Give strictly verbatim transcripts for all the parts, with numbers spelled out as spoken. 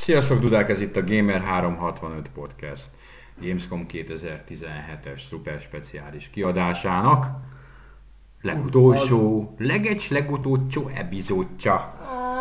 Sziasztok, Dudák, ez itt a Gamer háromszázhatvanöt Podcast Gamescom kétezer-tizenhetes szuper speciális kiadásának legutolsó, legecs legutolsó epizódja.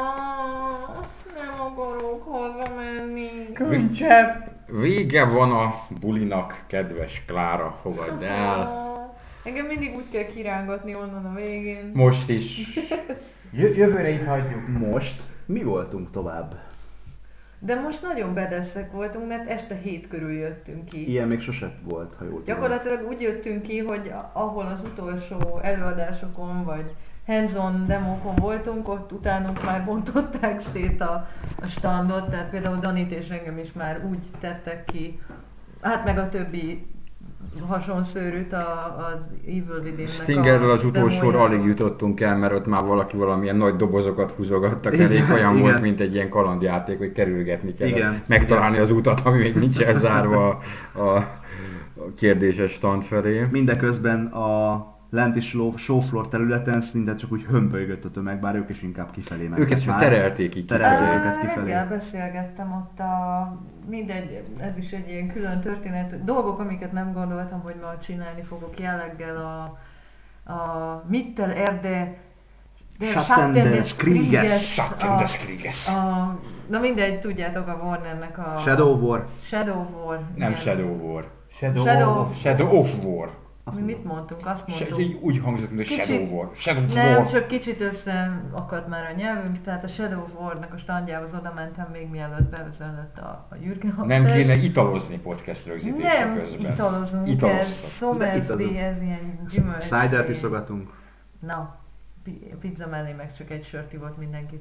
Nem akarok hazamenni. Könycsepp! Vége van a bulinak, kedves Klára, fogadd el. Engem mindig úgy kell kirángatni onnan a végén. Most is. J- jövőre itt hagyjuk. Most mi voltunk tovább? De most nagyon bedeszek voltunk, mert este hét körül jöttünk ki. Ilyen még sose volt, ha jól tudom. Gyakorlatilag úgy jöttünk ki, hogy ahol az utolsó előadásokon vagy hands-on demókon voltunk, ott utánunk már bontották szét a, a standot, tehát például Danit és engem is már úgy tettek ki, hát meg a többi hasonszőrűt az Evil Within-nek Stingerről az utolsóra demójáról. alig jutottunk el, mert ott már valaki valamilyen nagy dobozokat húzogattak elég, olyan Igen. volt, mint egy ilyen kalandjáték, hogy kerülgetni kell, Igen. megtalálni az utat, ami még nincs elzárva a, a kérdéses stand felé. Mindeközben a lenti showfloor területen szinte csak úgy hömpölygött a tömeg, bár ők is inkább kifelé mentek. Őket csak már. terelték így Terelték. kifelé. őket Á, kifelé. reggel beszélgettem ott a, mindegy, ez is egy ilyen külön történet, dolgok, amiket nem gondoltam, hogy ma csinálni fogok jelleggel a, a Mittel Erde Schatten des Krieges. Schatten des Krieges. a, na mindegy, tudjátok, a Warnernek a Shadow War. Shadow War. Nem igen. Shadow War. Shadow, Shadow- of... Shadow of War. Azt Mi mondom. mit mondtunk? Azt Se, mondtuk. így úgy hangzott, mint a Kicsit- Shadow War. Shadow Nem, War. csak kicsit összeakadt már a nyelvünk, tehát a Shadow of War-nak a standjához oda mentem még mielőtt bevezetett a, a Jürgen Nem Haftás. kéne italozni podcast rögzítése Nem közben. italozunk, Italoztak. ez De Somersby, itazunk. ez ilyen gyümölcs. Cider-t iszogatunk. Na, pi- pizza mellé meg csak egy sört ivott mindenki.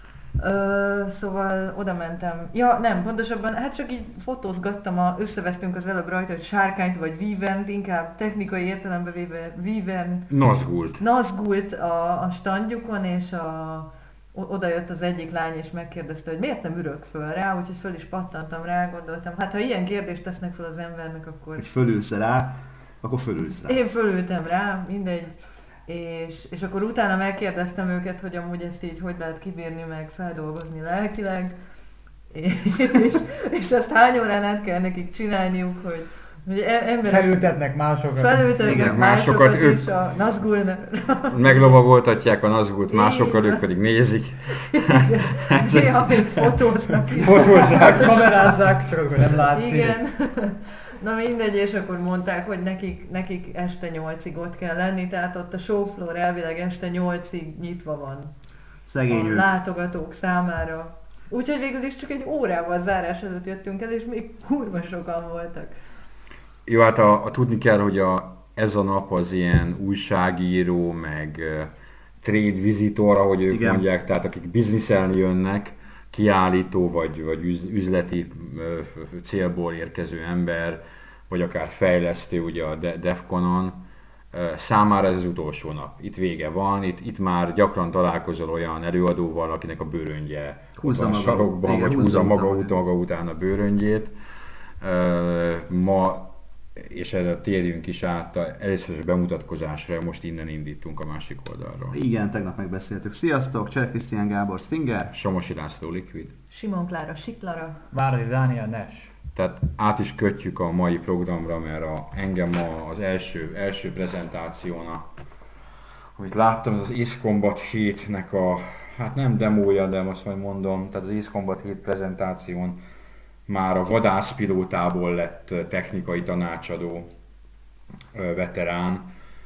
Ö, szóval oda mentem. Ja, nem, pontosabban, hát csak így fotózgattam, a, összevesztünk az előbb rajta, hogy sárkányt vagy vívent, inkább technikai értelembe véve víven, Nazgult. nazgult a, a standjukon, és a, o- oda jött az egyik lány, és megkérdezte, hogy miért nem ürök föl rá, úgyhogy föl is pattantam rá, gondoltam, hát ha ilyen kérdést tesznek fel az embernek, akkor Hogy fölülsz rá, akkor fölülsz rá. én fölültem rá, mindegy, és, és akkor utána megkérdeztem őket, hogy amúgy ezt így hogy lehet kibírni, meg feldolgozni lelkileg, és, és ezt hány órán át kell nekik csinálniuk, hogy, hogy e- emberek Felültetnek másokat. felültetnek Igen, másokat, másokat, ők- és a Nazgul Meglovagoltatják a Nazgult, Igen. másokkal ők pedig nézik. néha még fotóznak is. Fotózzák, kamerázzák, csak akkor nem látszik. Igen. Na mindegy, és akkor mondták, hogy nekik, nekik este nyolcig ott kell lenni, tehát ott a showfloor elvileg este nyolcig nyitva van Szegény a ők. látogatók számára. Úgyhogy végül is csak egy órával zárás előtt jöttünk el, és még kurva sokan voltak. Jó, hát a, a tudni kell, hogy a, ez a nap az ilyen újságíró, meg uh, trade visitor, ahogy ők Igen. mondják, tehát akik bizniszelni jönnek, kiállító, vagy, vagy üz, üzleti uh, célból érkező ember, vagy akár fejlesztő, ugye a De- Defconon, uh, számára ez az utolsó nap. Itt vége van, itt, itt már gyakran találkozol olyan előadóval, akinek a bőröngye Húzza ott van a maga. sarokban, Igen, vagy húzza húzza maga, maga. ut- maga után a bőröngyét. Uh, ma, és erre térjünk is át, a először is bemutatkozásra, most innen indítunk a másik oldalról. Igen, tegnap megbeszéltük. Sziasztok, Cseh Krisztián Gábor Stinger. Somosi László Liquid. Simon Klára Siklara. Váradi Dániel Nash. Tehát át is kötjük a mai programra, mert a, engem ma az első, első prezentáción, a, amit láttam, az az Ace Combat hétnek a, hát nem demója, de most majd mondom, tehát az Ace Combat hét prezentáción már a vadászpilótából lett technikai tanácsadó ö, veterán.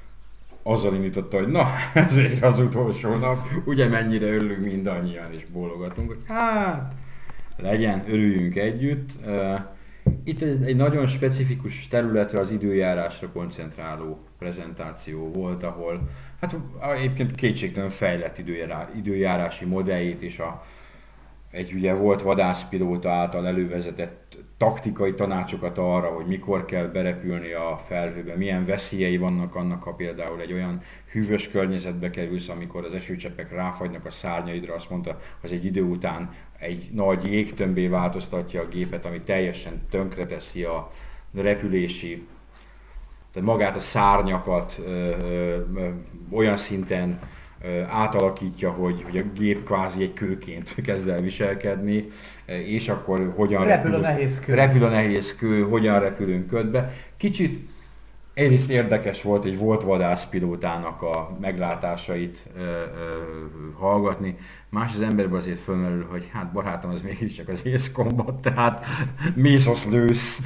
Azzal indította, hogy na, ez végre az utolsó nap, ugye mennyire örülünk mindannyian, és bólogatunk, hogy hát, legyen, örüljünk együtt. Ö, Itt egy, egy nagyon specifikus területre, az időjárásra koncentráló prezentáció volt, ahol hát egyébként kétségtelen fejlett időjárá, időjárási modelljét és a egy ugye volt vadászpilóta által elővezetett taktikai tanácsokat arra, hogy mikor kell berepülni a felhőbe, milyen veszélyei vannak annak, ha például egy olyan hűvös környezetbe kerülsz, amikor az esőcseppek ráfagynak a szárnyaidra, azt mondta, hogy egy idő után egy nagy jégtömbé változtatja a gépet, ami teljesen tönkreteszi a repülési, tehát magát a szárnyakat ö, ö, ö, olyan szinten átalakítja, hogy, hogy a gép kvázi egy kőként kezd el viselkedni, és akkor hogyan repül a repül, nehéz kő. repül a nehéz kő, hogyan repülünk ködbe. Kicsit egyrészt érdekes volt egy volt vadászpilótának a meglátásait ö, ö, hallgatni, más az emberben azért fölmerül, hogy hát barátom, az mégiscsak az Ace Combat, tehát mész, azt lősz,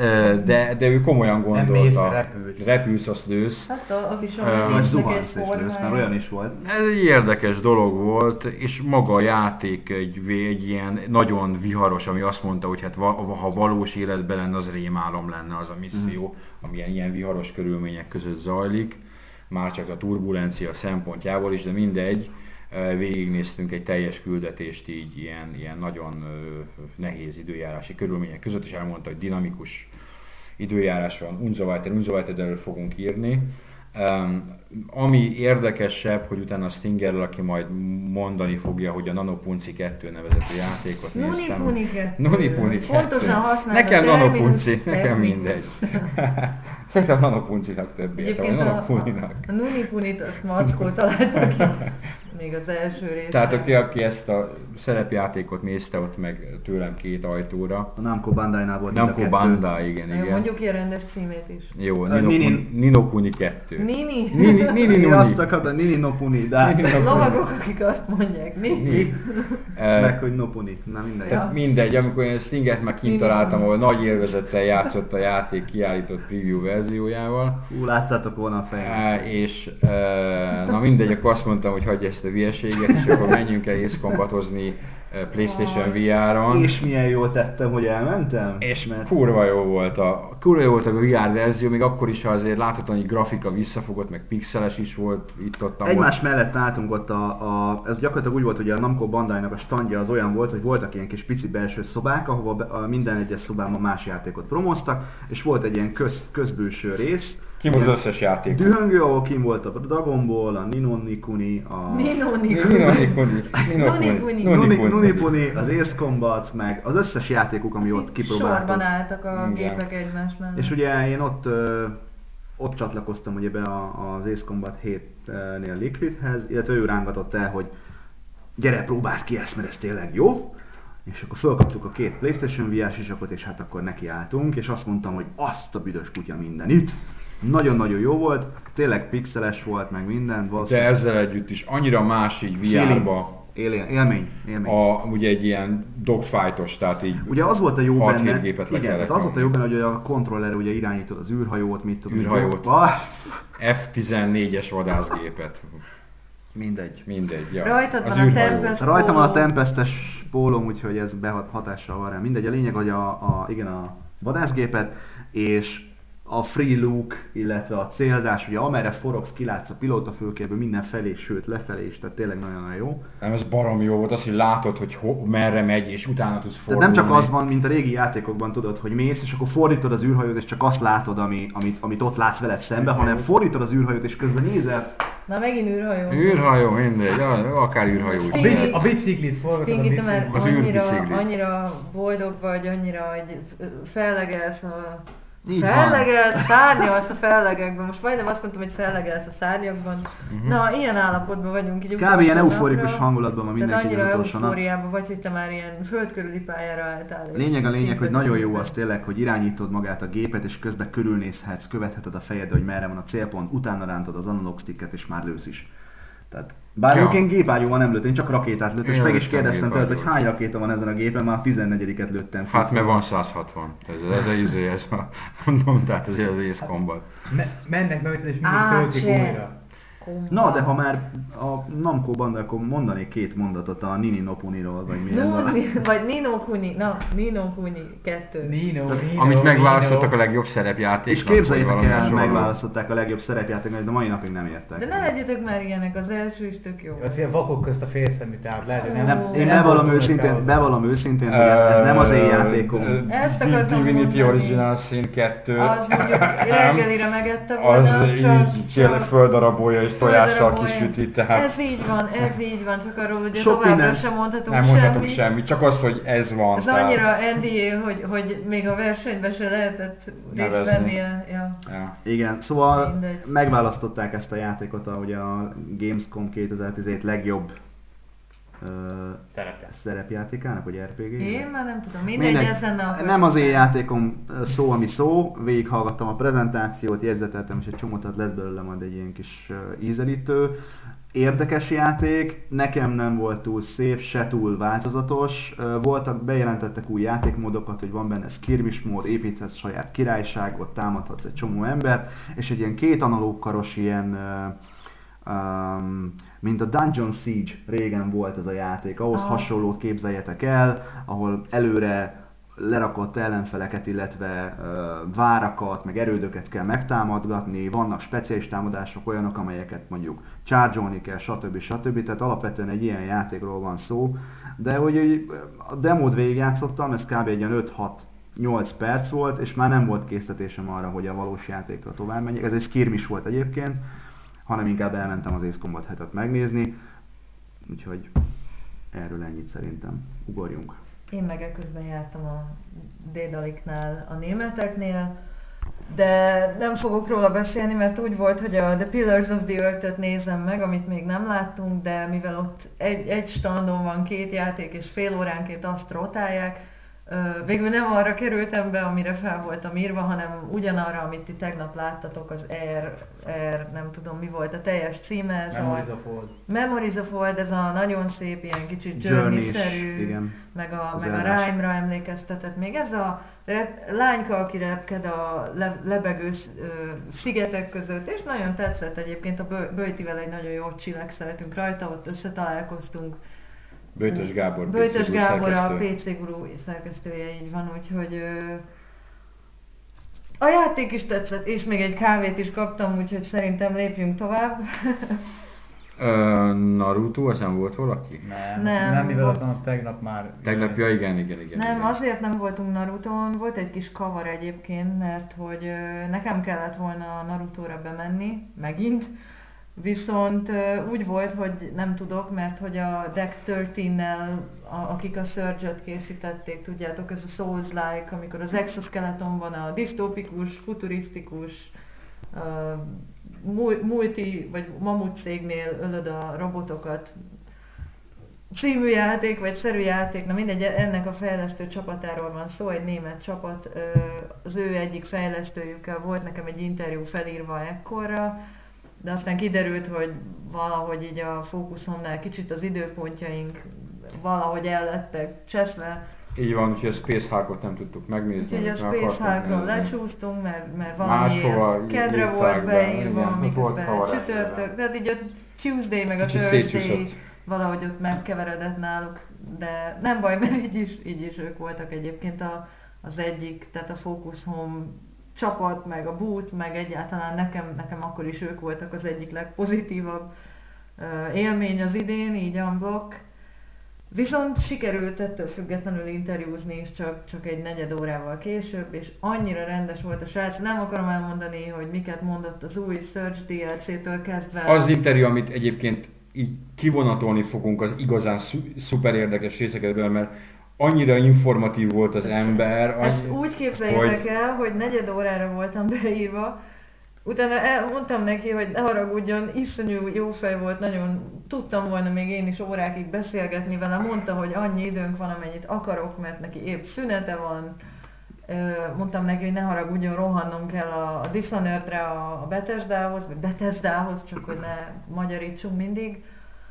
de, de ő komolyan gondolta. Nem mész, repülsz. Repülsz, azt lősz. Hát az is Ö, olyan Vagy is zuhansz és lősz, mert olyan is volt. Ez egy érdekes dolog volt, és maga a játék egy, egy ilyen nagyon viharos, ami azt mondta, hogy hát va, ha valós életben lenne, az rémálom lenne az a misszió, mm. ami ilyen, ilyen viharos körülmények között zajlik, már csak a turbulencia szempontjából is, de mindegy. Végignéztünk egy teljes küldetést így ilyen, ilyen nagyon nehéz időjárási körülmények között, és elmondta, hogy dinamikus időjárás van, Unzowiter, Unzowiter-ről fogunk írni. Um, ami érdekesebb, hogy utána a Stingerrel, aki majd mondani fogja, hogy a Nanopunci kettő nevezetű játékot néztem. Nunipuni kettő. Nunipuni kettő. Pontosan használod nekem a terminus. Nanopunci, nekem terminus. mindegy. Szerintem Nanopuncinak több értem, a Nanopuninak. A Nunipunit azt Mackó találta ki, még az első részben. Tehát aki, aki ezt a szerepjátékot nézte, ott meg tőlem két ajtóra. A Namco Bandai-nál volt Namco mind a kettő. Bandai, igen, igen. Mondjuk ki a rendes címét is. Jó, Nini- Ninokuni, Ninokuni kettő. Nini. Nini, Nini, Én Nuni. azt akartam, Nini Nopuni, de Nini Nopuni. Lovagok, akik azt mondják. Nini. Nini. Eh, meg hogy Nopuni. Na mindegy. Ja. Tehát mindegy, amikor én Stinget már kint Nini. találtam, ahol nagy élvezettel játszott a játék kiállított preview verziójával. Hú, láttátok volna a fejem. Eh, és eh, na mindegy, akkor azt mondtam, hogy hagyj ezt a hülyeséget, és akkor menjünk el Ace Combatozni eh, PlayStation vé er-on. És milyen jól tettem, hogy elmentem? És Mert kurva jó volt a, kurva jó volt a vé er verzió, még akkor is, ha azért láthatóan, hogy grafika visszafogott, meg pixeles is volt, itt ott egymás mellett álltunk ott, a, a, ez gyakorlatilag úgy volt, hogy a Namco Bandai-nak a standja az olyan volt, hogy voltak ilyen kis pici belső szobák, ahova be, a minden egyes szobában más játékot promóztak, és volt egy ilyen köz, közbülső rész. Ki volt az összes játék? Dühöngő, ahol kim volt a Dragon Ball, a Ninonikuni, a Nino Ninokuni. Nunipuni. Nuni- Nunipuni, az Ace Combat, meg az összes játékuk, ami ott Itt kipróbáltuk. sorban álltak a Igen. gépek egymás mellett. És ugye én ott, ö, ott csatlakoztam ugye be a- az Ace Combat hétnél Liquidhez, illetve ő rángatott el, hogy gyere, próbáld ki ezt, mert ez tényleg jó. És akkor fölkaptuk a két PlayStation vé er sisakot, és hát akkor nekiálltunk, és azt mondtam, hogy azt a büdös kutya minden itt. Nagyon-nagyon jó volt, tényleg pixeles volt, meg minden. De ezzel együtt is annyira más így vé er-ba, Élmény, élmény. élmény. a, ugye egy ilyen dogfightos, tehát így Ugye az volt a jó hat-hét benne, gépet le igen, kellett tehát az volt a jó nyomni. benne, hogy a kontroller ugye irányítod az űrhajót, mit tudom. űrhajót. Ah, ef tizennégyes vadászgépet. mindegy. Mindegy, ja. Rajtad Az van a űrhajó. Tempest. Rajtam van a Póló. Tempestes pólóm, úgyhogy ez behat hatással van rá. Mindegy, a lényeg, hogy a, a, igen, a vadászgépet, és a free look, illetve a célzás, ugye amerre forogsz, kilátsz a pilótafülkérből mindenfelé, sőt lefelé is, tehát tényleg nagyon-nagyon jó. Nem, ez baromi jó volt, az, hogy látod, hogy ho, merre megy, és utána tudsz Tehát fordulni. nem csak az van, mint a régi játékokban tudod, hogy mész, és akkor fordítod az űrhajót, és csak azt látod, ami, amit, amit ott látsz veled szembe, hanem fordítod az űrhajót, és közben nézel. Na megint űrhajó. űrhajó, mindegy, ja, akár űrhajó is. A, bic, a biciklit forgatod a Stingy, te már biciklit. Az annyira, űrbiciklit. annyira boldog vagy, annyira, hogy fellegelsz a... Így van. Fellegelsz, szárnyalsz a fellegekben. Most majdnem azt mondtam, hogy fellegelsz a szárnyakban. Mhm. Na, ilyen állapotban vagyunk így Kb. utolsó ilyen euforikus napra. hangulatban van Tehát mindenki annyira utolsó nap. eufóriában vagy, hogy te már ilyen földkörüli pályára álltál. és Lényeg a lényeg, hogy képed nagyon jó szépen. az tényleg, hogy irányítod magát a gépet, és közben körülnézhetsz, követheted a fejeddel, hogy merre van a célpont, utána rántod az analóg sticket, és már lősz is. Tehát, bár Ja. ja. én gépágyúval nem lőttem, én csak rakétát lőttem, és Én meg is lőttem kérdeztem tőled, hogy gépágyúval. hány rakéta van ezen a gépen, már a tizennegyediket lőttem. Hát mert van száz hatvan. Ez, ez, ez, ez, ez a, mondom, tehát ez az Ace Combat. Me, mennek be, és mindig Á, töltik cseh. újra. Komba. Na, de ha már a Namco Bandai, akkor mondanék két mondatot a Nini Nopuniról, vagy mi ez a... Nuni, vagy Nino Kuni, na, Nino Kuni kettő. Nino, Nino, Amit megválasztottak a Nino. legjobb szerepjátéknak. És képzeljétek vagy valami el, hasonló. megválasztották a legjobb szerepjátékot, de mai napig nem értek. De ne legyetek már ilyenek, az első is tök jó. Az ilyen vakok közt a félszemű, tehát lehet, hogy nem... Nem, Ó. én nem bevallom volt őszintén, túl bevallom őszintén, hogy ez, ez nem az én játékom. Ö, Ezt Di- akartam Divinity mondani. Original Sin kettő. Az mondjuk reggelire megette volna, Az csak- így tényleg csak- földarabolja, és folyással Földre kisüti, tehát Ez így van, ez így van, csak arról ugye Sok továbbra minden- sem mondhatunk nem mondhatunk semmit. semmit, csak azt, hogy ez van. Ez tehát- annyira en dé á, hogy, hogy még a versenyben se lehetett részt Nevezni. vennie. Ja, Ja. Igen, szóval mindegy. megválasztották ezt a játékot, a, ugye a Gamescom kétezer-tizenhét legjobb uh, Szerepel. szerepjátékának, vagy er pé gé? Én már nem tudom, mindegy, Mindegy. ez lenne a Nem az én játékom szó, ami szó, végighallgattam a prezentációt, jegyzeteltem, és egy csomót, tehát lesz belőle majd egy ilyen kis uh, ízelítő. Érdekes játék, nekem nem volt túl szép, se túl változatos. Uh, voltak, bejelentettek új játékmódokat, hogy van benne skirmish mód, építhetsz saját királyságot, támadhatsz egy csomó embert, és egy ilyen két analóg karos ilyen uh, um, mint a Dungeon Siege régen volt ez a játék, ahhoz Aha. hasonlót képzeljetek el, ahol előre lerakott ellenfeleket, illetve uh, várakat, meg erődöket kell megtámadgatni, vannak speciális támadások, olyanok, amelyeket mondjuk charge-olni kell, stb. stb. Tehát alapvetően egy ilyen játékról van szó, de hogy így, a demót végigjátszottam, ez kb. Egy ilyen öt-hat-nyolc perc volt, és már nem volt késztetésem arra, hogy a valós játékra tovább menjek. Ez egy skirmish volt egyébként, hanem inkább elmentem az Ace Combat hetet megnézni, úgyhogy erről ennyit szerintem. Ugorjunk. Én meg eközben jártam a Dédaliknál, a németeknél, de nem fogok róla beszélni, mert úgy volt, hogy a The Pillars of the Earth-öt nézem meg, amit még nem láttunk, de mivel ott egy, egy standon van két játék, és fél óránként azt rotálják, végül nem arra kerültem be, amire fel voltam írva, hanem ugyanarra, amit ti tegnap láttatok, az R, R, nem tudom mi volt a teljes címe. Ez Memories a of Old. Memories of Old, ez a nagyon szép, ilyen kicsit Journey-s, journey-szerű, igen. meg a, Az meg a eladás. Rhyme-ra emlékeztetett. Még ez a rep, lányka, aki repked a le, lebegő sz- ö, szigetek között, és nagyon tetszett egyébként, a Bö- Böjtivel egy nagyon jó chillaxeltünk rajta, ott összetalálkoztunk. Böjtös Gábor, Böjtös pé cé Gábor a szerkesztő. pé cé Guru szerkesztője, így van, úgyhogy ö, a játék is tetszett, és még egy kávét is kaptam, úgyhogy szerintem lépjünk tovább. Ö, Naruto, ezen volt valaki? Nem, Nem, nem, nem mivel volt- azon tegnap már... Tegnap, ja igen, igen, igen. Nem, igen. azért nem voltunk Naruton, volt egy kis kavar egyébként, mert hogy ö, nekem kellett volna a Narutóra bemenni, megint, viszont ö, úgy volt, hogy nem tudok, mert hogy a Deck tizennél, a, akik a Surge-öt készítették, tudjátok, ez a Souls-like, amikor az exoskeleton van a disztópikus, futurisztikus, ö, mu- multi vagy mamut cégnél ölöd a robotokat, című játék, vagy szerű játék, na mindegy, ennek a fejlesztő csapatáról van szó, egy német csapat, ö, az ő egyik fejlesztőjükkel volt nekem egy interjú felírva ekkorra, de aztán kiderült, hogy valahogy így a fókuszomnál kicsit az időpontjaink valahogy el lettek cseszve, Így van, úgyhogy a Space Hulk-ot nem tudtuk megnézni. úgyhogy a amit meg Space akartunk Hulkról nézni. lecsúsztunk, mert, mert Máshova valamiért kedre írták volt be, beírva, igen, volt miközben kavarás csütörtök, vele. tehát így a Tuesday meg a Kicsit Thursday szétcsúszott. valahogy ott megkeveredett náluk, de nem baj, mert így is, így is ők voltak egyébként a, az egyik, tehát a Focus Home csapat, meg a Boot, meg egyáltalán nekem, nekem akkor is ők voltak az egyik legpozitívabb uh, élmény az idén, így unblock. Viszont sikerült ettől függetlenül interjúzni is csak, csak egy negyed órával később, és annyira rendes volt a srác, nem akarom elmondani, hogy miket mondott az új Surge dé el cé-től kezdve. Az interjú, amit egyébként így kivonatolni fogunk, az igazán szu- szuper érdekes részeket belőle, mert annyira informatív volt az ember. Ezt annyi- úgy képzeljétek hogy- el, hogy negyed órára voltam beírva, utána el, mondtam neki, hogy ne haragudjon, iszonyú jó fej volt, nagyon tudtam volna még én is órákig beszélgetni vele, mondta, hogy annyi időnk van, amennyit akarok, mert neki épp szünete van. Ö, Mondtam neki, hogy ne haragudjon, rohannom kell a, a Dishonored-re, a, a Bethesdához, vagy Bethesdához, csak hogy ne magyarítsunk mindig.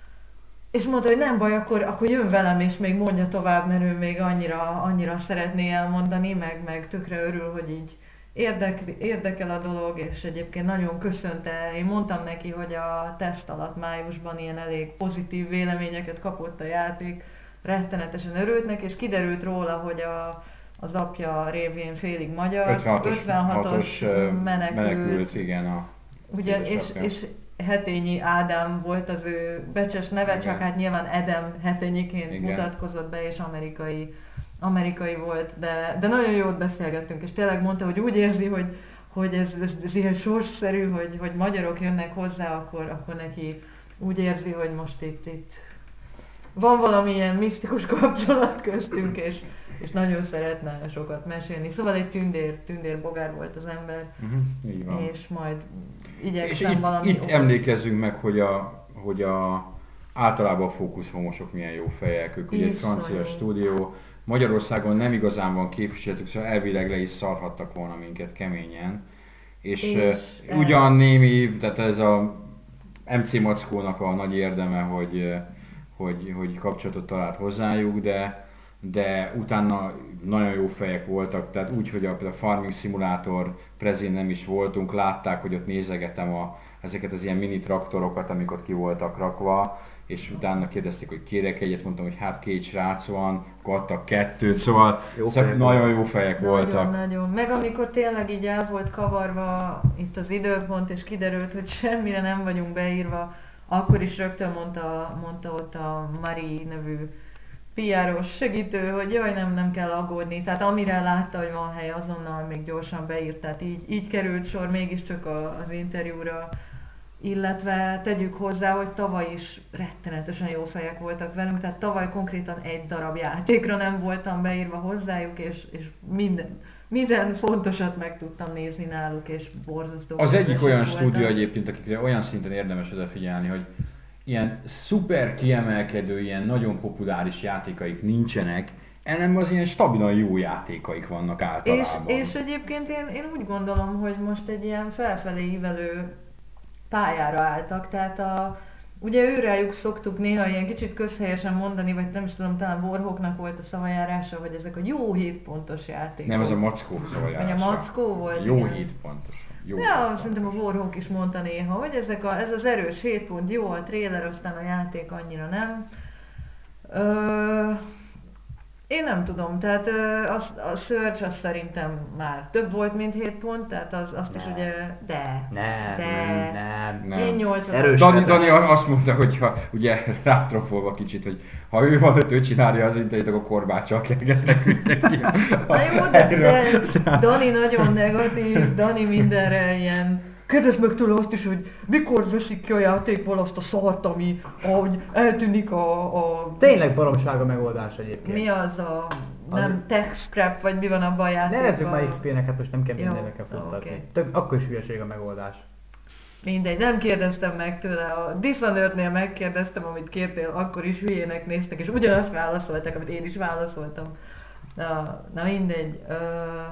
És mondta, hogy nem baj, akkor, akkor jön velem, és még mondja tovább, mert ő még annyira, annyira szeretné elmondani, meg, meg tökre örül, hogy így érdek, érdekel a dolog, és egyébként nagyon köszönte. Én mondtam neki, hogy a teszt alatt májusban ilyen elég pozitív véleményeket kapott a játék, rettenetesen örült neki, és kiderült róla, hogy a, az apja révén félig magyar, ötvenhatos, ötvenhatos menekült, menekült, igen, a ugye, és, édesapja. és Hetényi Ádám volt az ő becses neve, Igen. csak hát nyilván Edem Hetényiként Igen. mutatkozott be, és amerikai, amerikai volt, de, de nagyon jót beszélgettünk, és tényleg mondta, hogy úgy érzi, hogy, hogy ez, ez, ez ilyen sorsszerű, hogy, hogy magyarok jönnek hozzá, akkor, akkor neki úgy érzi, hogy most itt, itt van valamilyen misztikus kapcsolat köztünk, és, és nagyon szeretne sokat mesélni. Szóval egy tündér, tündér bogár volt az ember, Uh-huh, így van. és majd És igyekszem itt, valami... itt emlékezzünk meg, hogy a, hogy a általában a fókuszhomosok milyen jó fejek, ők ugye egy francia Iszonyú. stúdió, Magyarországon nem igazán van képviseletük, szóval elvileg le is szarhattak volna minket keményen. És, És, és eh, ugyan némi, tehát ez a em cé Mackónak a nagy érdeme, hogy, hogy, hogy kapcsolatot talált hozzájuk, de, de utána nagyon jó fejek voltak, tehát úgy, hogy a, a Farming Simulator prezén nem is voltunk, látták, hogy ott nézegetem a, ezeket az ilyen mini traktorokat, amik ott ki voltak rakva, és utána kérdezték, hogy kérek egyet, mondtam, hogy hát két srác van, akkor adtak kettőt, szóval Jó szóval fejek nagyon voltak. jó fejek Nagyon, voltak. nagyon. Meg amikor tényleg így el volt kavarva itt az időpont, és kiderült, hogy semmire nem vagyunk beírva, akkor is rögtön mondta, mondta ott a Mari nevű pé er-os segítő, hogy jaj, nem, nem kell aggódni. Tehát amire látta, hogy van hely, azonnal még gyorsan beírt. Tehát így, így került sor mégiscsak a, az interjúra. Illetve tegyük hozzá, hogy tavaly is rettenetesen jó fejek voltak velünk, tehát tavaly konkrétan egy darab játékra nem voltam beírva hozzájuk, és, és minden, minden fontosat meg tudtam nézni náluk, és borzasztó. Az egyik kedvesek olyan voltak. stúdió egyébként, akikre olyan szinten érdemes odafigyelni, hogy ilyen szuper kiemelkedő, ilyen nagyon populáris játékaik nincsenek, ennem az ilyen stabilan jó játékaik vannak És, általában. és egyébként én, én úgy gondolom, hogy most egy ilyen felfelé ívelő pályára álltak, tehát a, ugye őrájuk szoktuk néha ilyen kicsit közhelyesen mondani, vagy nem is tudom, talán Warhawknak volt a szavajárása, hogy ezek a jó hét pontos játékok. Nem, ez a Mackó szavajárása. Vagy a Mackó volt? Jó igen. hét pontosan. Jó Ja, hét pontosan. szerintem a Warhawk is mondta néha, hogy ezek a, ez az erős hét pont jó, a trailer, aztán a játék annyira nem. Ö, én nem tudom, tehát ö, az, a Surge az szerintem már több volt, mint hét pont, tehát az, azt is Nem. ugye, de, Nem, de, nem, nem. Nem. én nyolc. Erős. Dani, Dani azt mondta, hogy ha ugye rátrofolva kicsit, hogy ha ő van, hogy ő csinálja az interjút, akkor korbáccsal kergetnek mindenki. Na jó, de, de Dani nagyon negatív, Dani mindenre ilyen. Kérdezd meg tőle azt is, hogy mikor veszik ki a játékból azt a szart, ami ahogy eltűnik a... a Tényleg baromság a megoldás egyébként. mi az a... nem tech scrap, vagy mi van abban a játékban? Nevezzük már iksz pé-nek, hát most nem kell Jó, mindenre kell futtatni. oké. Tök, akkor is hülyeség a megoldás. Mindegy, nem kérdeztem meg tőle. A Dishonored-nél megkérdeztem, amit kértél, akkor is hülyének néztek, és ugyanazt válaszoltak, amit én is válaszoltam. Na, na mindegy. Ö...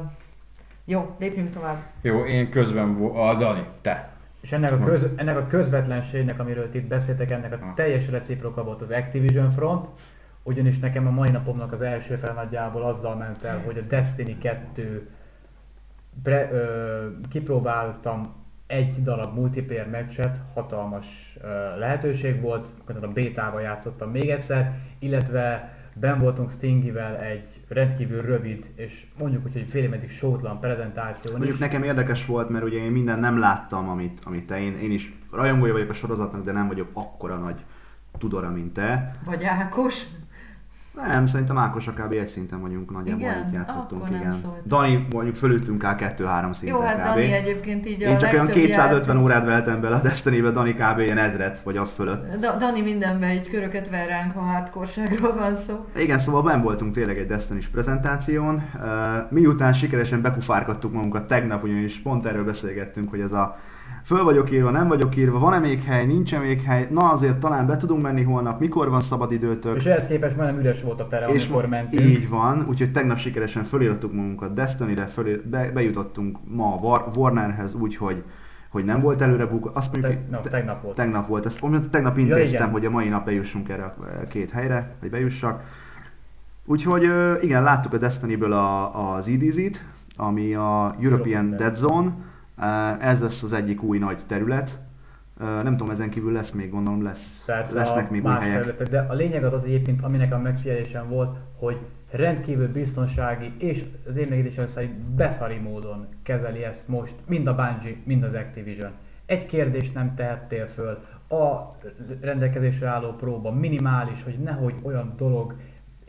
Jó, lépjünk tovább. Jó, én közben, vo- a Dani, te. És ennek a, köz, ennek a közvetlenségnek, amiről itt beszéltek, ennek a teljes reciproka volt az Activision front, ugyanis nekem a mai napomnak az első fel nagyjából azzal ment el, hogy a Destiny kettő pre, ö, kipróbáltam egy darab multiplayer meccset, hatalmas ö, lehetőség volt, akkor a bétával játszottam még egyszer, illetve benn voltunk Stingyvel egy rendkívül rövid, és mondjuk úgy, hogy fél meddig sótlan prezentáción Mondjuk is. nekem érdekes volt, mert ugye én minden nem láttam, amit, amit te, én, én is rajongója vagyok a sorozatnak, de nem vagyok akkora nagy tudora, mint te. Vagy Ákos. Nem, szerintem Ákos kb. Egy szinten vagyunk nagyjából, Igen? itt játszottunk, Akkor nem igen. szóltam. Dani, mondjuk fölültünk el kettő-három szinten Jó, hát kb. Dani egyébként így a Én csak olyan legtöbb kétszázötven játék- órát veltem bele a Destiny-be, Dani kb. Ilyen ezret, vagy az fölött. Da- Dani mindenben egy köröket ver ránk, ha hardcore-ságról van szó. Igen, szóval benn voltunk tényleg egy Destiny-s prezentáción. Uh, miután sikeresen bekufárkodtuk magunkat tegnap, ugyanis pont erről beszélgettünk, hogy ez a föl vagyok írva, nem vagyok írva, van-e még hely, nincs-e még hely, na azért talán be tudunk menni holnap, mikor van szabad időtök. És ehhez képest már nem üres volt a tere, És amikor mentünk. így van, úgyhogy tegnap sikeresen fölírtuk magunkat Destiny-re, föl, be, bejutottunk ma a War, Warnerhez úgy, hogy, hogy nem volt előre buk. Azt mondjuk, Te, no, tegnap volt. tegnap volt. Ezt mondjuk, tegnap Ja, intéztem, igen. hogy a mai nap bejussunk erre a két helyre, vagy bejussak. Úgyhogy ö, igen, láttuk a Destiny-ből a, az E D Z-t, ami a European Dead Zone. Ez lesz az egyik új nagy terület. Nem tudom, ezen kívül lesz még, gondolom lesz, Persze, lesznek a még új más helyek. területek, de a lényeg az az egyébként, aminek a megfigyelésem volt, hogy rendkívül biztonsági és az én megítélésem szerint beszari módon kezeli ezt most mind a Bungie, mind az Activision. Egy kérdést nem tehettél föl, a rendelkezésre álló próba minimális, hogy nehogy olyan dolog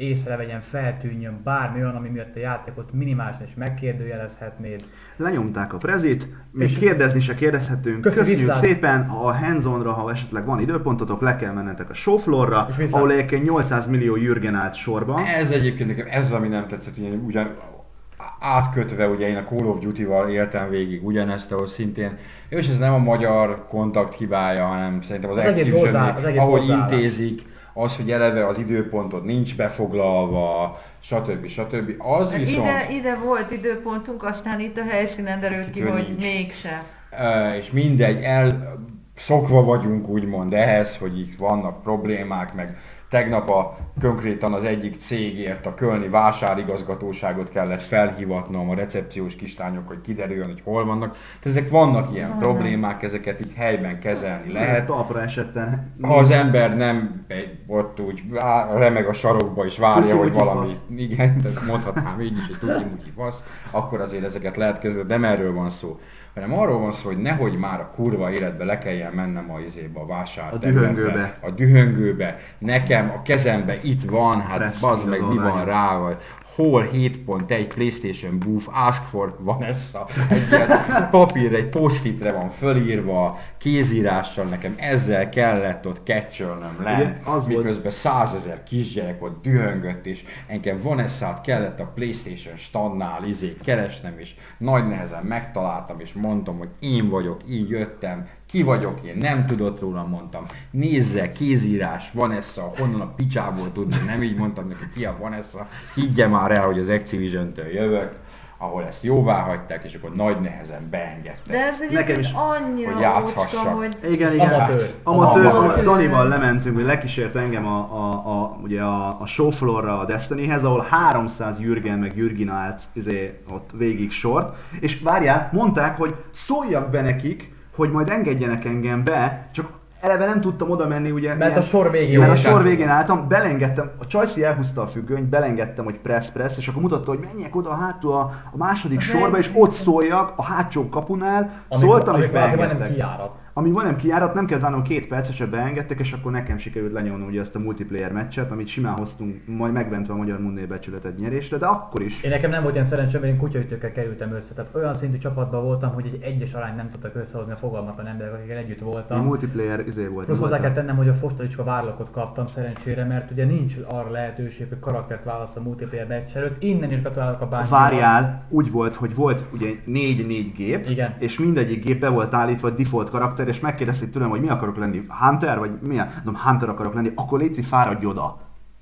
észrevegyen, feltűnjön bármi olyan, ami miatt a játékot minimálisan is megkérdőjelezhetnéd. Lenyomták a prezit, még És kérdezni se kérdezhetünk. Köszi, Köszönjük viszlát. szépen, ha a hands-onra, ha esetleg van időpontotok, le kell mennetek a showfloorra, És viszlát. ahol egyébként nyolcszáz millió Jürgen állt sorba. Ez egyébként nekem ez, ami nem tetszett, ugye, ugyan átkötve, ugye én a Call of Duty-val éltem végig ugyanezt, ahol szintén, és ez nem a magyar kontakt hibája, hanem szerintem az, Az egész Activision, hozzá- az egész ahogy hozzáállás. intézik, az, hogy eleve az időpontod nincs befoglalva, stb. stb. Az viszont... Ide, ide volt időpontunk, aztán itt a helyszínen derült ki, Kitől hogy nincs. mégse. Uh, és mindegy, el szokva vagyunk úgymond ehhez, hogy itt vannak problémák, meg tegnap a, konkrétan az egyik cégért a kölni vásárigazgatóságot kellett felhívatnom, a recepciós kislányok, hogy kiderüljön, hogy hol vannak. Tehát ezek vannak ilyen Van. problémák, ezeket itt helyben kezelni Lehet lehet. talpra esetten. Ha az ember nem egy, ott úgy vá- remeg a sarokba és várja, Tuki hogy mutyi valami, fasz. igen, tehát mondhatnám így is, hogy tuki-mutyi fasz, akkor azért ezeket lehet kezdeni, de nem erről van szó. Hanem arról van szó, hogy nehogy már a kurva életbe le kelljen mennem a izébe, a vásár A dühöngőbe. A dühöngőbe. Nekem a kezembe itt van, hát Pressz, bazd mint meg az mi van online. rá, vagy hol hét pont egy PlayStation Booth, ask for Vanessa. Egy ilyen papírra, egy post-itre van fölírva, kézírással, nekem ezzel kellett ott catchelnöm Ugye, lent, az volt- miközben százezer kisgyerek ott dühöngött, és engem Vanessát kellett a PlayStation standnál izé keresnem, és nagy nehezen megtaláltam, és mondtam, hogy én vagyok, így jöttem, ki vagyok én, nem tudott róla, mondtam. Nézze, kézírás, Vanessa, honnan a picsából tudni, nem így mondtam neki, ki a Vanessa, higgye már el, hogy az Activision-től jövök, ahol ezt jóvá hagyták, és akkor nagy nehezen beengedtek. De ez Nekem egyébként is. annyira Hogy játszhassak. ócska, hogy Igen, igen. Amatőr. Amatőr. Amatőr. Danival lementünk, hogy lekísért engem a, a, a, ugye a, a showfloorra a Destinyhez, ahol háromszáz Jürgen meg Jürgina állt izé, ott végig sort, és várjál, mondták, hogy szóljak be nekik, hogy majd engedjenek engem be, csak eleve nem tudtam oda menni, ugye. Mert a sor végén Mert a voltál. sor végén álltam, belengedtem, a Csajci elhúzta a függönyt, belengedtem, hogy press press, és akkor mutatta, hogy menjek oda hátul a, a második A sorba, és ott szóljak a hátsó kapunál, szóltam, és amikor azért majdnem beengedtek. kijárat. Ami majdnem kijárat, nem kellett várnom két percet, beengedtek, és akkor nekem sikerült lenyomnom ugye ezt a multiplayer meccset, amit simán hoztunk, majd megventve a Magyar Mundé becsület egy nyerésre, de akkor is. Én nekem nem volt ilyen szerencsém, mert én kutyaütőkkel kerültem össze. Tehát olyan szintű csapatban voltam, hogy egy egyes arány nem tudtak összehozni a fogalmatlan emberek, akikkel együtt Egy voltam. multiplayer izé volt. Plusz hozzá voltam. kell tennem, hogy a Fostalicska várlakot kaptam szerencsére, mert ugye nincs arra lehetőség, hogy karaktert választ a multiplayer meccs előtt. Innen is gratulálok a báncsinak. Várjál, úgy volt, hogy volt ugye négy-négy gép, Igen. és mindegyik gép be volt állítva egy default karakter, és megkérdezték tőlem, hogy mi akarok lenni, Hunter, vagy milyen? Mondom, Hunter akarok lenni, akkor légy fáradj oda.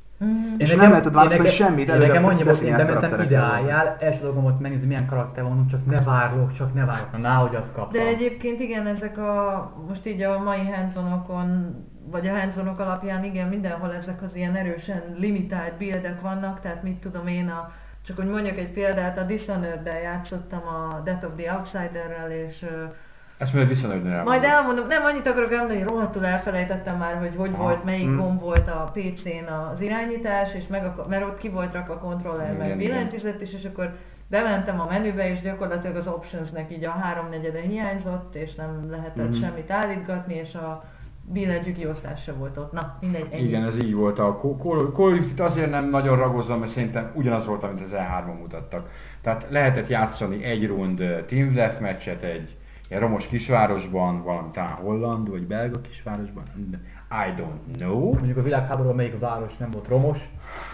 És nem lehetett választani én nekem- semmit, én előre nekem annyi volt, én definiált bementem, ide karakterekkel álljál, első dolgom volt megnézni, milyen karakter van, csak ne várlok, csak ne várlok, na náhogy azt kaptam. De egyébként igen, ezek a, most így a mai hands-onokon, vagy a hands-onok alapján igen, mindenhol ezek az ilyen erősen limitált buildek vannak, tehát mit tudom én, a, csak hogy mondjak egy példát, a Dishonored-del játszottam a Death of the Outsiderrel, és ö, Ezt majd viszonylag nem majd elmondom, nem annyit akarok elmondani, hogy rohadtul elfelejtettem már, hogy hogy Aha. volt, melyik Mm. gomb volt a pé cén az irányítás, és meg a, mert ott ki volt rakva a kontroller, Igen, meg igen. billentyűzet is, és akkor bementem a menübe, és gyakorlatilag az optionsnek így a háromnegyede hiányzott, és nem lehetett Mhm. semmit állítgatni, és a billentyű kiosztás se volt ott. Na, mindegy, ennyi. Igen, ez így volt. A Call of Duty-t azért nem nagyon ragozom, mert szerintem ugyanaz volt, amit az E hármon mutattak. Tehát lehetett játszani egy rund uh, Team Deathmatch-et egy ilyen romos kisvárosban, valami talán holland vagy belga kisvárosban, I don't know. Mondjuk a világháborúban melyik város nem volt romos,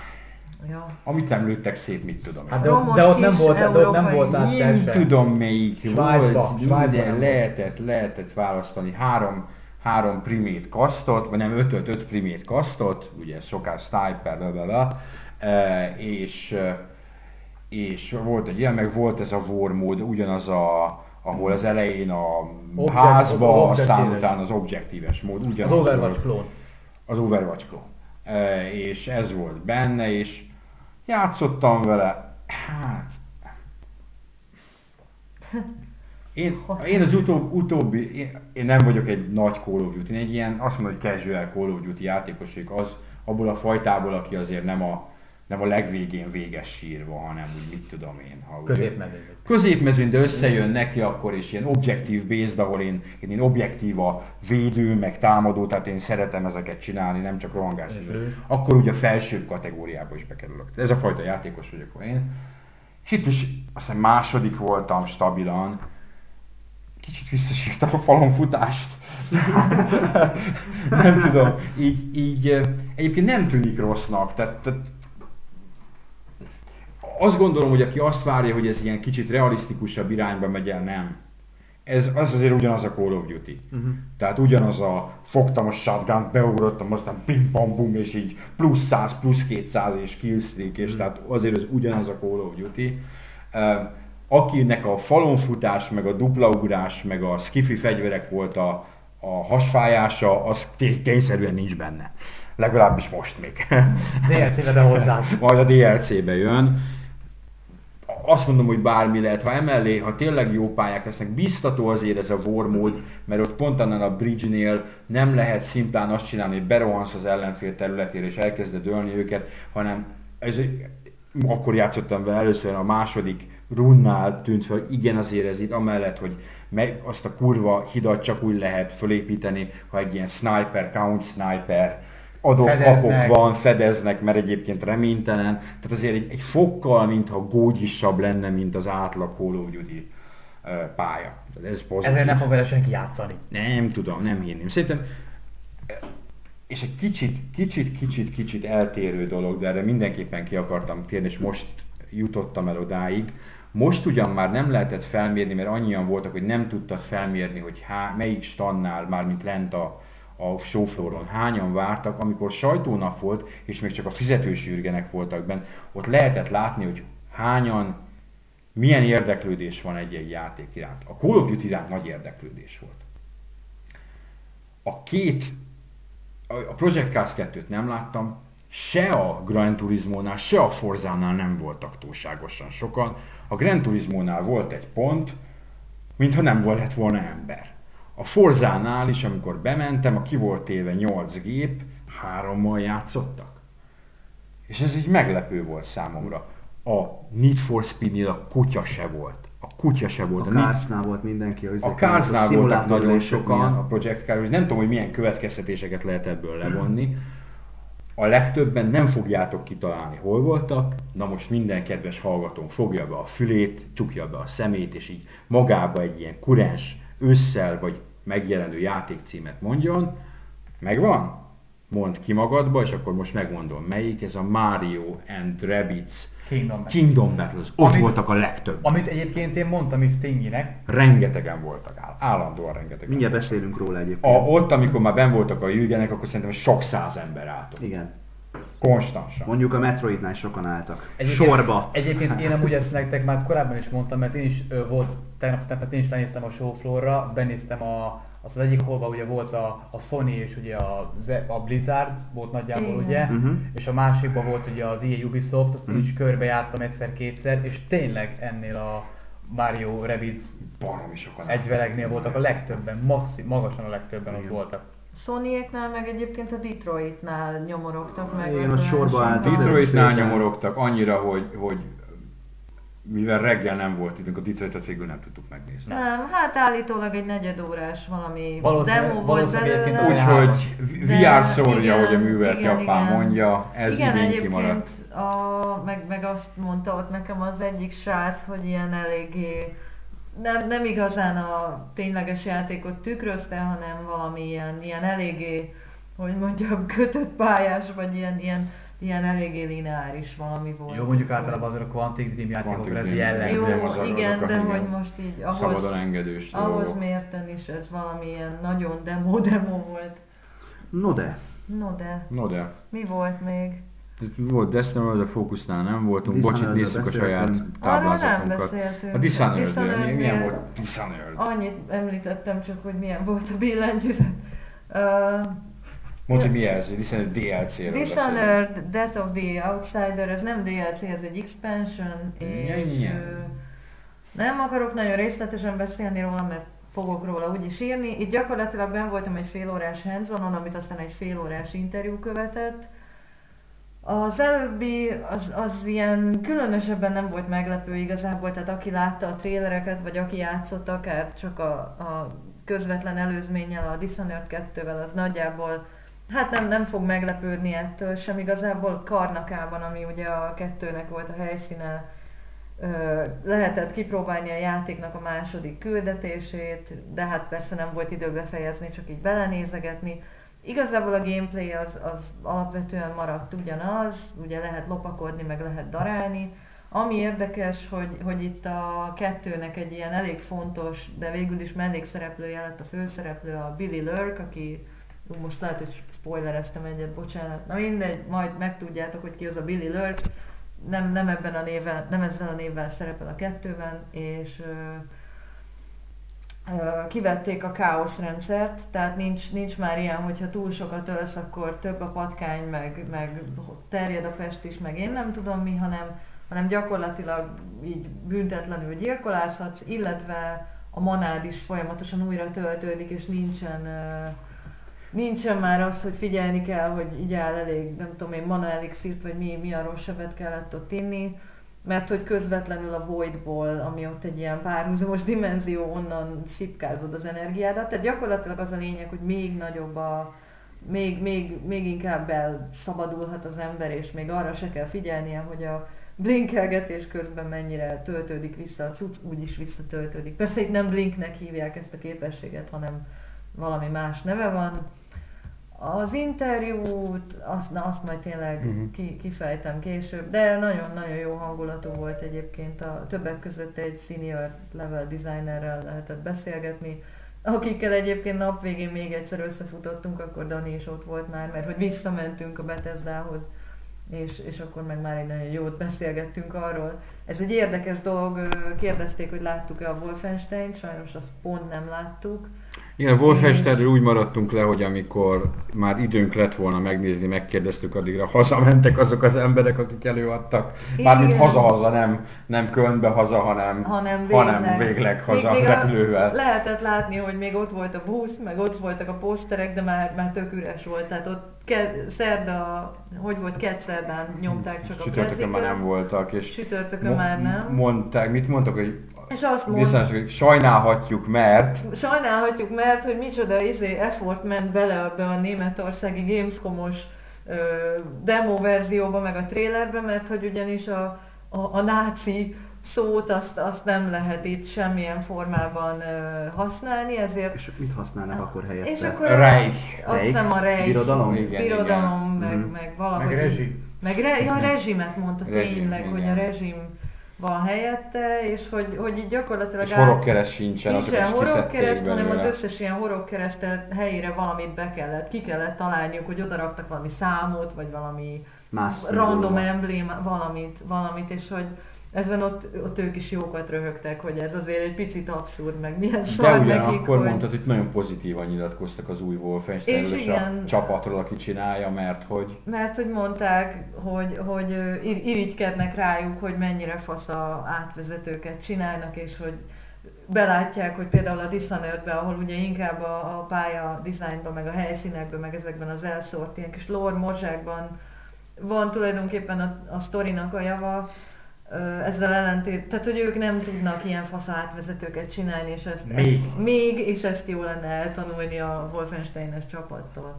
Ja. Amit nem lőttek szét, mit tudom én. hát de, Romos de ott nem kis volt, de ott nem európai. volt át te Nem se. tudom melyik Svájcba, volt, Svájcba minden nem lehetett, lehetett választani három, három primét kasztot, vagy nem ötöt, öt primét kasztot, ugye soká sniper, blablabla, e, és, e, és volt egy ilyen, meg volt ez a war mód, ugyanaz a, ahol az elején a Object- házba, az aztán objektíves. utána az objektíves mód, ugyanaz Az Overwatch volt. klón. Az Overwatch klón. E, és ez volt benne, és játszottam vele, hát... Én, én az utóbb, utóbbi, én, én nem vagyok egy nagy Call of Duty, én egy ilyen, azt mondom, hogy casual Call of Duty játékos vagyok, az abból a fajtából, aki azért nem a nem a legvégén véges sírva, hanem úgy mit tudom én. Ha Középmezőny. Középmezőny, de összejön neki akkor is ilyen objektív based, ahol én, én, én objektív a védő, meg támadó, tehát én szeretem ezeket csinálni, nem csak rohangás. Akkor ugye a felsőbb kategóriába is bekerülök. Ez a fajta játékos vagyok én. És itt is aztán második voltam stabilan. Kicsit visszasírtam a falon futást. Nem tudom, így, így egyébként nem tűnik rossznak. Tehát, tehát azt gondolom, hogy aki azt várja, hogy ez ilyen kicsit realisztikusabb irányba megy el, nem. Ez az azért ugyanaz a Call of Duty. Uh-huh. Tehát ugyanaz a fogtam a shotgun, beugrottam, aztán ping pong bum, és így plusz száz, plusz kétszáz és killstreak, és uh-huh. tehát azért az ugyanaz a Call of Duty. Uh, akinek a falonfutás, meg a duplaugrás, meg a skifi fegyverek volt a, a hasfájása, az tényszerűen nincs benne. Legalábbis most még. dé el cé-be hozzá. Majd a dé el cé-be jön. Azt mondom, hogy bármi lehet, ha emellé, ha tényleg jó pályák lesznek, biztató azért ez a war mód, mert ott pont annál a bridge-nél nem lehet szimplán azt csinálni, hogy berohansz az ellenfél területére és elkezded ölni őket, hanem ez, akkor játszottam vele először a második runnál tűnt fel, hogy igen, azért ez itt, amellett, hogy meg azt a kurva hidat csak úgy lehet fölépíteni, ha egy ilyen sniper, count sniper, adok-kapok van, fedeznek, mert egyébként reménytelen. Tehát azért egy, egy fokkal, mintha gógyisabb lenne, mint az átlag Call of Duty uh, pálya. Tehát ez pozitív. Ezért nem fog vele senki játszani. Nem tudom, nem hinném. Szerintem, és egy kicsit, kicsit, kicsit, kicsit eltérő dolog, de erre mindenképpen ki akartam térni, és most jutottam el odáig. Most ugyan már nem lehetett felmérni, mert annyian voltak, hogy nem tudtad felmérni, hogy há, melyik stannál, mármint lent a a showflooron hányan vártak, amikor sajtónap volt, és még csak a fizetős ürgenek voltak benne, ott lehetett látni, hogy hányan, milyen érdeklődés van egy-egy játék iránt. A Call of Duty iránt nagy érdeklődés volt. A két, a Project Cars kettőt nem láttam, se a Gran Turismo-nál, se a Forzánál nem voltak túlságosan sokan. A Gran Turismo-nál volt egy pont, mintha nem volt volna ember. A Forzánál is, amikor bementem, a ki volt téve nyolc gép, hárommal játszottak. És ez így meglepő volt számomra. A Need for Speed-nél a kutya se volt. A kutya se volt. A, a Carsnál volt mindenki. A Carsnál voltak nagyon sokan, a Project Cars, nem tudom, hogy milyen következtetéseket lehet ebből levonni. A legtöbben nem fogjátok kitalálni, hol voltak. Na most minden kedves hallgatón fogja be a fülét, csukja be a szemét, és így magába egy ilyen kurens ősszel vagy megjelenő játékcímet mondjon. Megvan? Mondd ki magadba, és akkor most megmondom melyik. Ez a Mario and Rabbids Kingdom Battles. Kingdom Battles. Ott amit, voltak a legtöbb. Amit egyébként én mondtam is Stingynek. Rengetegen voltak, áll, állandóan rengetegen. Mindjárt beszélünk róla egyébként. A, ott, amikor már benn voltak a jürgenek, akkor szerintem sok száz ember állt. Igen. Konstansan. Mondjuk a Metroidnál sokan álltak. Egyébként, sorba. Egyébként én amúgy ezt nektek már korábban is mondtam, mert én is ö, volt, tegnap, tegnap én is lenéztem a showfloorra, benéztem a, az, az egyik holba ugye volt a, a Sony és ugye a, a Blizzard volt nagyjából, igen. ugye, uh-huh. és a másikban volt ugye az i á Ubisoft, azt uh-huh. én is körbejártam egyszer-kétszer, és tényleg ennél a Mario Rabbids egyvelegnél voltak a legtöbben, masszív, magasan a legtöbben ott voltak. Sony-eknál meg egyébként a Detroitnál nyomorogtak meg. Igen, a sorba állt. Detroitnál nyomorogtak annyira, hogy, hogy mivel reggel nem volt időnk, a Detroitot végül nem tudtuk megnézni. Nem, hát állítólag egy negyedórás valami valószínűleg, demo volt belőle. Úgyhogy vé er szórja, hogy a művelt igen, Japán igen. mondja, ez igen, idén kimaradt. A, meg, meg azt mondta ott nekem az egyik srác, hogy ilyen eléggé nem, nem igazán a tényleges játékot tükrözte, hanem valami ilyen, ilyen eléggé, hogy mondjam, kötött pályás, vagy ilyen, ilyen, ilyen eléggé lineáris valami volt. Jó, mondjuk általában azok a Quantic Dream játékokra ez jellemző. Jó, azok, igen, azok, de igen. hogy most így ahhoz, szabadon engedős ahhoz dolgok. mérten is ez valami ilyen nagyon demo-demo volt. No de. No de, No de. mi volt még? Volt Destiny, a Focusnál nem voltunk, bocsit, nézzük a saját Arról nem táblázatunkat. beszéltünk. A Dishonored, Dishonored-nél milyen volt Dishonored? Annyit említettem csak, hogy milyen volt a billentyűzet. Uh, Mondd, hogy mi ez? Dishonored dé el cé-ről Dishonored, Death of the Outsider, ez nem dé el cé, ez egy expansion, és Milyen? uh, nem akarok nagyon részletesen beszélni róla, mert fogok róla úgyis írni. Itt gyakorlatilag benn voltam egy fél órás hands-onon, amit aztán egy fél órás interjú követett. Az előbbi az, az ilyen különösebben nem volt meglepő igazából, tehát aki látta a trélereket, vagy aki játszott akár csak a, a közvetlen előzménnyel, a Dishonored kettővel, az nagyjából hát nem, nem fog meglepődni ettől sem igazából. Karnakában, ami ugye a kettőnek volt a helyszíne, lehetett kipróbálni a játéknak a második küldetését, de hát persze nem volt idő befejezni, csak így belenézegetni. Igazából a gameplay az, az alapvetően maradt ugyanaz, ugye lehet lopakodni, meg lehet darálni. Ami érdekes, hogy, hogy itt a kettőnek egy ilyen elég fontos, de végül is mellékszereplője lett a főszereplő, a Billy Lurk, aki ú, most lehet, hogy spoilereztem egyet, bocsánat. Na mindegy, majd megtudjátok, hogy ki az a Billy Lurk. Nem, nem, ebben a névvel, nem ezzel a névvel szerepel a kettőben, és ö, ö, kivették a káosz rendszert, tehát nincs, nincs már ilyen, hogyha túl sokat ölsz, akkor több a patkány, meg, meg terjed a pest is, meg én nem tudom mi, hanem, hanem gyakorlatilag így büntetlenül gyilkolázhatsz, illetve a manád is folyamatosan újra töltődik, és nincsen... Ö, Nincsen már az, hogy figyelni kell, hogy így áll elég, nem tudom én, mana elixírt, vagy mi, mi a rosszabbet kellett ott inni, mert hogy közvetlenül a Voidból, ami ott egy ilyen párhuzamos dimenzió, onnan szipkázod az energiádat. Tehát gyakorlatilag az a lényeg, hogy még nagyobb a, még, még, még inkább elszabadulhat az ember, és még arra se kell figyelnie, hogy a blinkelgetés közben mennyire töltődik vissza a cucc, úgyis visszatöltődik. Persze itt nem blinknek hívják ezt a képességet, hanem valami más neve van. Az interjút, azt, na, azt majd tényleg uh-huh. ki, kifejtem később, de nagyon-nagyon jó hangulatú volt egyébként. A többek között egy senior level designerrel lehetett beszélgetni, akikkel egyébként nap végén még egyszer összefutottunk, akkor Dani is ott volt már, mert hogy visszamentünk a Bethesdához, és, és akkor meg már egy nagyon jót beszélgettünk arról. Ez egy érdekes dolog, kérdezték, hogy láttuk-e a Wolfenstein-t, sajnos azt pont nem láttuk. Igen, Wolfensteinről úgy maradtunk le, hogy amikor már időnk lett volna megnézni, megkérdeztük, addigra hazamentek azok az emberek, akik előadtak. Mármint haza-haza, nem, nem Kölnbe haza, hanem, hanem végleg, hanem végleg haza még, még repülővel. Lehetett látni, hogy még ott volt a busz, meg ott voltak a poszterek, de már, már tök üres volt. Tehát ott ke- szerda, hogy volt, kedd szerdán nyomták csak a Sütörtökön már nem voltak. És Sütörtökön mo- már nem. Mondták, mit mondtak, hogy és azt mondták, hogy sajnálhatjuk, mert... Sajnálhatjuk, mert, hogy micsoda izé effort ment bele abba a németországi Gamescom-os ö, demo verzióba, meg a trailerbe, mert hogy ugyanis a, a, a náci szót azt, azt nem lehet itt semmilyen formában ö, használni, ezért... És mit használnak akkor helyette? És akkor Reich. Azt hiszem a Reich. Birodalom? Igen, Birodalom, igen. Meg, mm-hmm. meg valahogy... Meg rezsi. Meg re, ja, a rezsimet mondta rezsim, tényleg, igen. hogy a rezsim van helyette, és hogy, hogy így gyakorlatilag... És horogkereszt sincsen, nincsen horogkereszt, hanem az összes ilyen horogkeresztet helyére valamit be kellett, ki kellett találniuk, hogy oda raktak valami számot, vagy valami más random emblém, valamit, valamit, és hogy ezen ott, ott ők is jókat röhögtek, hogy ez azért egy picit abszurd, meg milyen szar nekik, De ugyanakkor hogy... mondtad, hogy nagyon pozitívan nyilatkoztak az új Wolfensteinről és, és a csapatról, aki csinálja, mert hogy... Mert hogy mondták, hogy, hogy irigykednek rájuk, hogy mennyire fasz a átvezetőket csinálnak, és hogy belátják, hogy például a Dishonoredbe, ahol ugye inkább a, a pálya dizájnban, meg a helyszínekben, meg ezekben az elszórt ilyen kis lore morzsákban van tulajdonképpen a, a sztorinak a java, ezzel ellentét, tehát hogy ők nem tudnak ilyen fasz átvezetőket csinálni, és ezt még. ezt még, és ezt jó lenne eltanulni a Wolfenstein-es csapattól.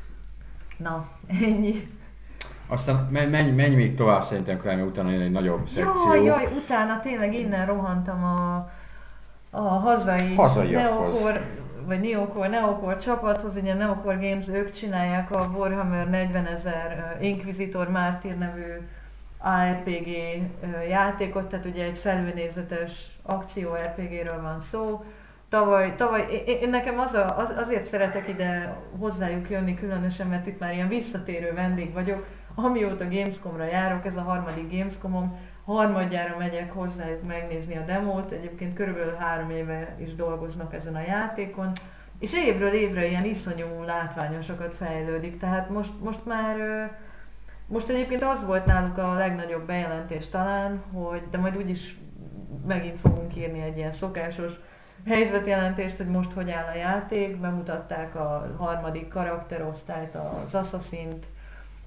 Na, ennyi. Aztán menj, menj, menj még tovább szerintem, mert utána jön egy nagyobb szekció. Jaj, jaj, utána tényleg innen rohantam a, a hazai Neocore, vagy Neocore, Neocore csapathoz, ugye Neocore Games, ők csinálják a Warhammer negyvenezer Inquisitor Martyr nevű á er pé gé játékot, tehát ugye egy felülnézetes akció er pé géről van szó. Tavaly, tavaly én nekem az a, az, azért szeretek ide hozzájuk jönni különösen, mert itt már ilyen visszatérő vendég vagyok. Amióta Gamescomra járok, ez a harmadik Gamescomom, harmadjára megyek hozzájuk megnézni a demót, egyébként körülbelül három éve is dolgoznak ezen a játékon, és évről évre ilyen iszonyú látványosokat fejlődik, tehát most, most már Most egyébként az volt náluk a legnagyobb bejelentés talán, hogy, de majd úgyis megint fogunk írni egy ilyen szokásos helyzetjelentést, hogy most hogy áll a játék, bemutatták a harmadik karakterosztályt, az Assassin-t,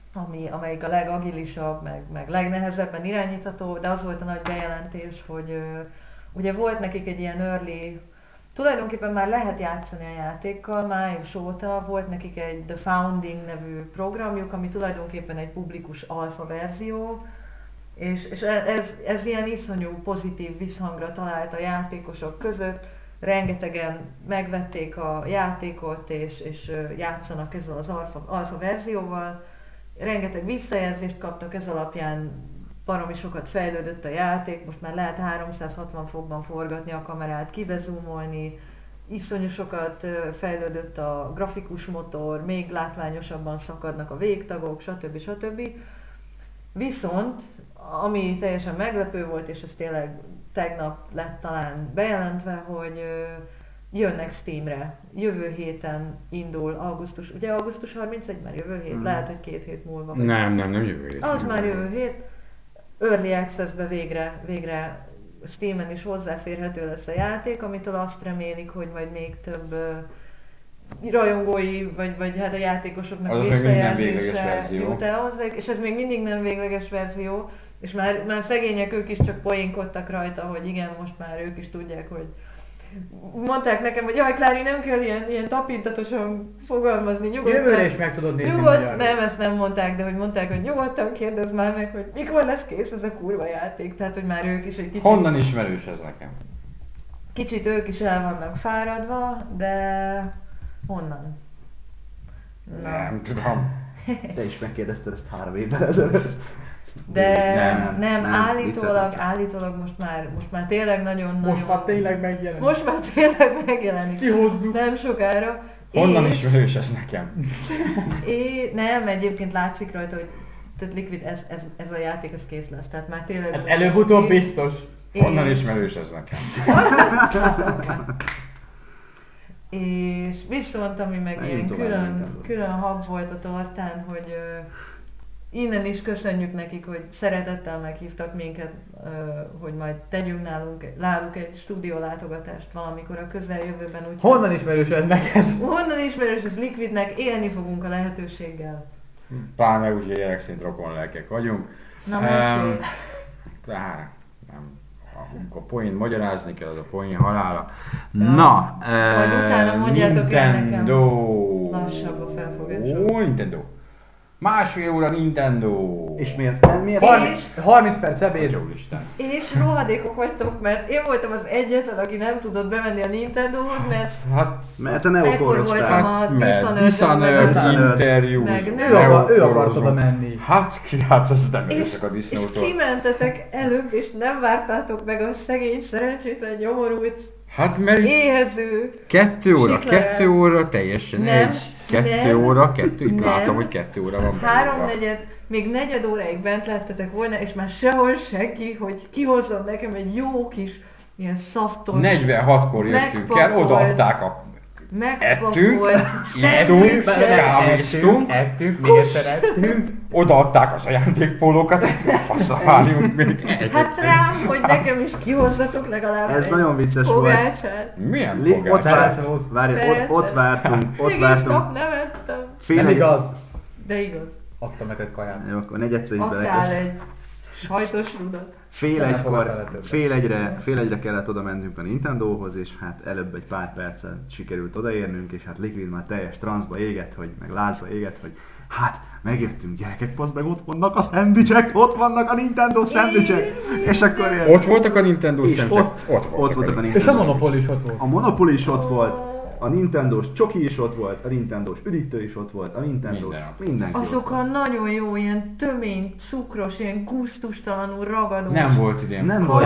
ami, amelyik a legagilisabb, meg, meg legnehezebben irányítható, de az volt a nagy bejelentés, hogy ö, ugye volt nekik egy ilyen early, tulajdonképpen már lehet játszani a játékkal, május óta volt nekik egy The Founding nevű programjuk, ami tulajdonképpen egy publikus alfa verzió, és, és ez, ez ilyen iszonyú pozitív visszhangra talált a játékosok között, rengetegen megvették a játékot, és, és játszanak ezzel az alfa, alfa verzióval, rengeteg visszajelzést kaptak, ez alapján baromi sokat fejlődött a játék, most már lehet háromszázhatvan fokban forgatni a kamerát, kibezúmolni, iszonyú sokat fejlődött a grafikus motor, még látványosabban szakadnak a végtagok, stb. stb. Viszont, ami teljesen meglepő volt, és ez tényleg tegnap lett talán bejelentve, hogy jönnek Steamre. Jövő héten indul augusztus, ugye augusztus harmincegy, már jövő hét, mm. lehet, hogy két hét múlva. Vagy. Nem, nem, nem jövő hét. Az már jövő hét. Early Access-be végre, végre Steamen is hozzáférhető lesz a játék, amitől azt remélik, hogy majd még több uh, rajongói, vagy, vagy hát a játékosoknak visszajelzése jut el hozzá, és ez még mindig nem végleges verzió, és már, már szegények ők is csak poénkodtak rajta, hogy igen, most már ők is tudják, hogy mondták nekem, hogy jaj, Klári, nem kell ilyen, ilyen tapintatosan fogalmazni, nyugodtan. Jövőre is meg tudod nézni. Nyugodt, nem, ezt nem mondták, de hogy mondták, hogy nyugodtan kérdezz már meg, hogy mikor lesz kész ez a kurva játék. Tehát, hogy már ők is egy kicsit... Honnan ismerős ez nekem? Kicsit ők is el vannak fáradva, de honnan? Na. Nem tudom. Te is megkérdezted ezt három évvel ezelőtt. De nem, nem, nem, nem állítólag, állítólag most már, most már tényleg nagyon-nagyon... Most már tényleg megjelenik. Most már tényleg megjelenik. Kihozzuk. Nem sokára. Honnan és, ismerős ez nekem? É, nem, egyébként látszik rajta, hogy tehát Liquid, ez, ez, ez a játék, ez kész lesz. Tehát már tényleg... Hát előbb-utóbb biztos. Honnan ismerős ez nekem? És viszont, ami meg ilyen külön, külön hab volt a tortán, hogy uh, innen is köszönjük nekik, hogy szeretettel meghívtak minket, uh, hogy majd tegyünk nálunk, náluk egy stúdiólátogatást valamikor a közeljövőben. Úgy, honnan ismerős ez neked? Honnan ismerős ez Liquidnek, élni fogunk a lehetőséggel. Pláne úgy, hogy jellegszint rokon lelkek vagyunk. Na mesélj! Um, tehát, nem. Amikor poén magyarázni kell, az a poén halála. Ja. Na, majd uh, utána mondjátok el nekem. Nintendo. Lassabb a felfogásom. Ó, Nintendo. Másfél óra Nintendo. És miért? miért? harminc, harminc perc ebéd. És rohadékok vagytok, mert én voltam az egyetlen, aki nem tudott bemenni a Nintendohoz, mert... Hát, mert te neokoroztál. Hát, mert Dishonored interjúz. Ő akart oda menni. Hát ki, hát az nem értek a Disney-tól. És kimentetek előbb, és nem vártátok meg a szegény, szerencsétlen, nyomorult, hát mert éhező, kettő óra, sikleret. kettő óra teljesen nem, egy. Kettő nem, óra, kettő, itt nem. látom, hogy kettő óra van. Háromnegyed, még negyed óráig bent lettetek volna, és már sehol senki, hogy kihozzon nekem egy jó kis, ilyen szaftos, negyvenhatkor jöttünk el, odaadták a... Ettünk, ittunk, kávéztunk, ettünk, még egyszer ettünk, odaadták az ajándékpólókat, faszra várjunk még egyet. Hát rám, hogy nekem is kihozzatok legalább ez egy nagyon vicces pogácsát. volt. Milyen Li- pogácsát? Ott, várj, ott, ott vártunk, ott Mégis vártunk. nap nem ettem. Fél nem egy... igaz. De igaz. Adtam meg egy kaját. Jó, akkor negyedszer is Adtál belekezdtem. egy sajtos rudat. Fél egykor, fél egyre, fél egyre kellett oda mennünk a Nintendohoz, és hát előbb egy pár perccel sikerült odaérnünk, és hát Liquid már teljes transzba égett, hogy meg lázba égett, hogy hát megjöttünk gyerekek, paszd meg, ott vannak a szendvicsek, ott vannak a Nintendo szendvicsek, és akkor ilyen... Ott voltak a Nintendo szendvicsek? Ott, ott, ott voltak a Nintendo. És a Monopoly is ott volt. A Monopoly is ott volt. A Nintendós csoki is ott volt, a Nintendós üdítő is ott volt, a Nintendós mindenki azok a nagyon jó, ilyen tömény, cukros, ilyen gusztustalanul ragadós. Nem volt idén. Nem volt.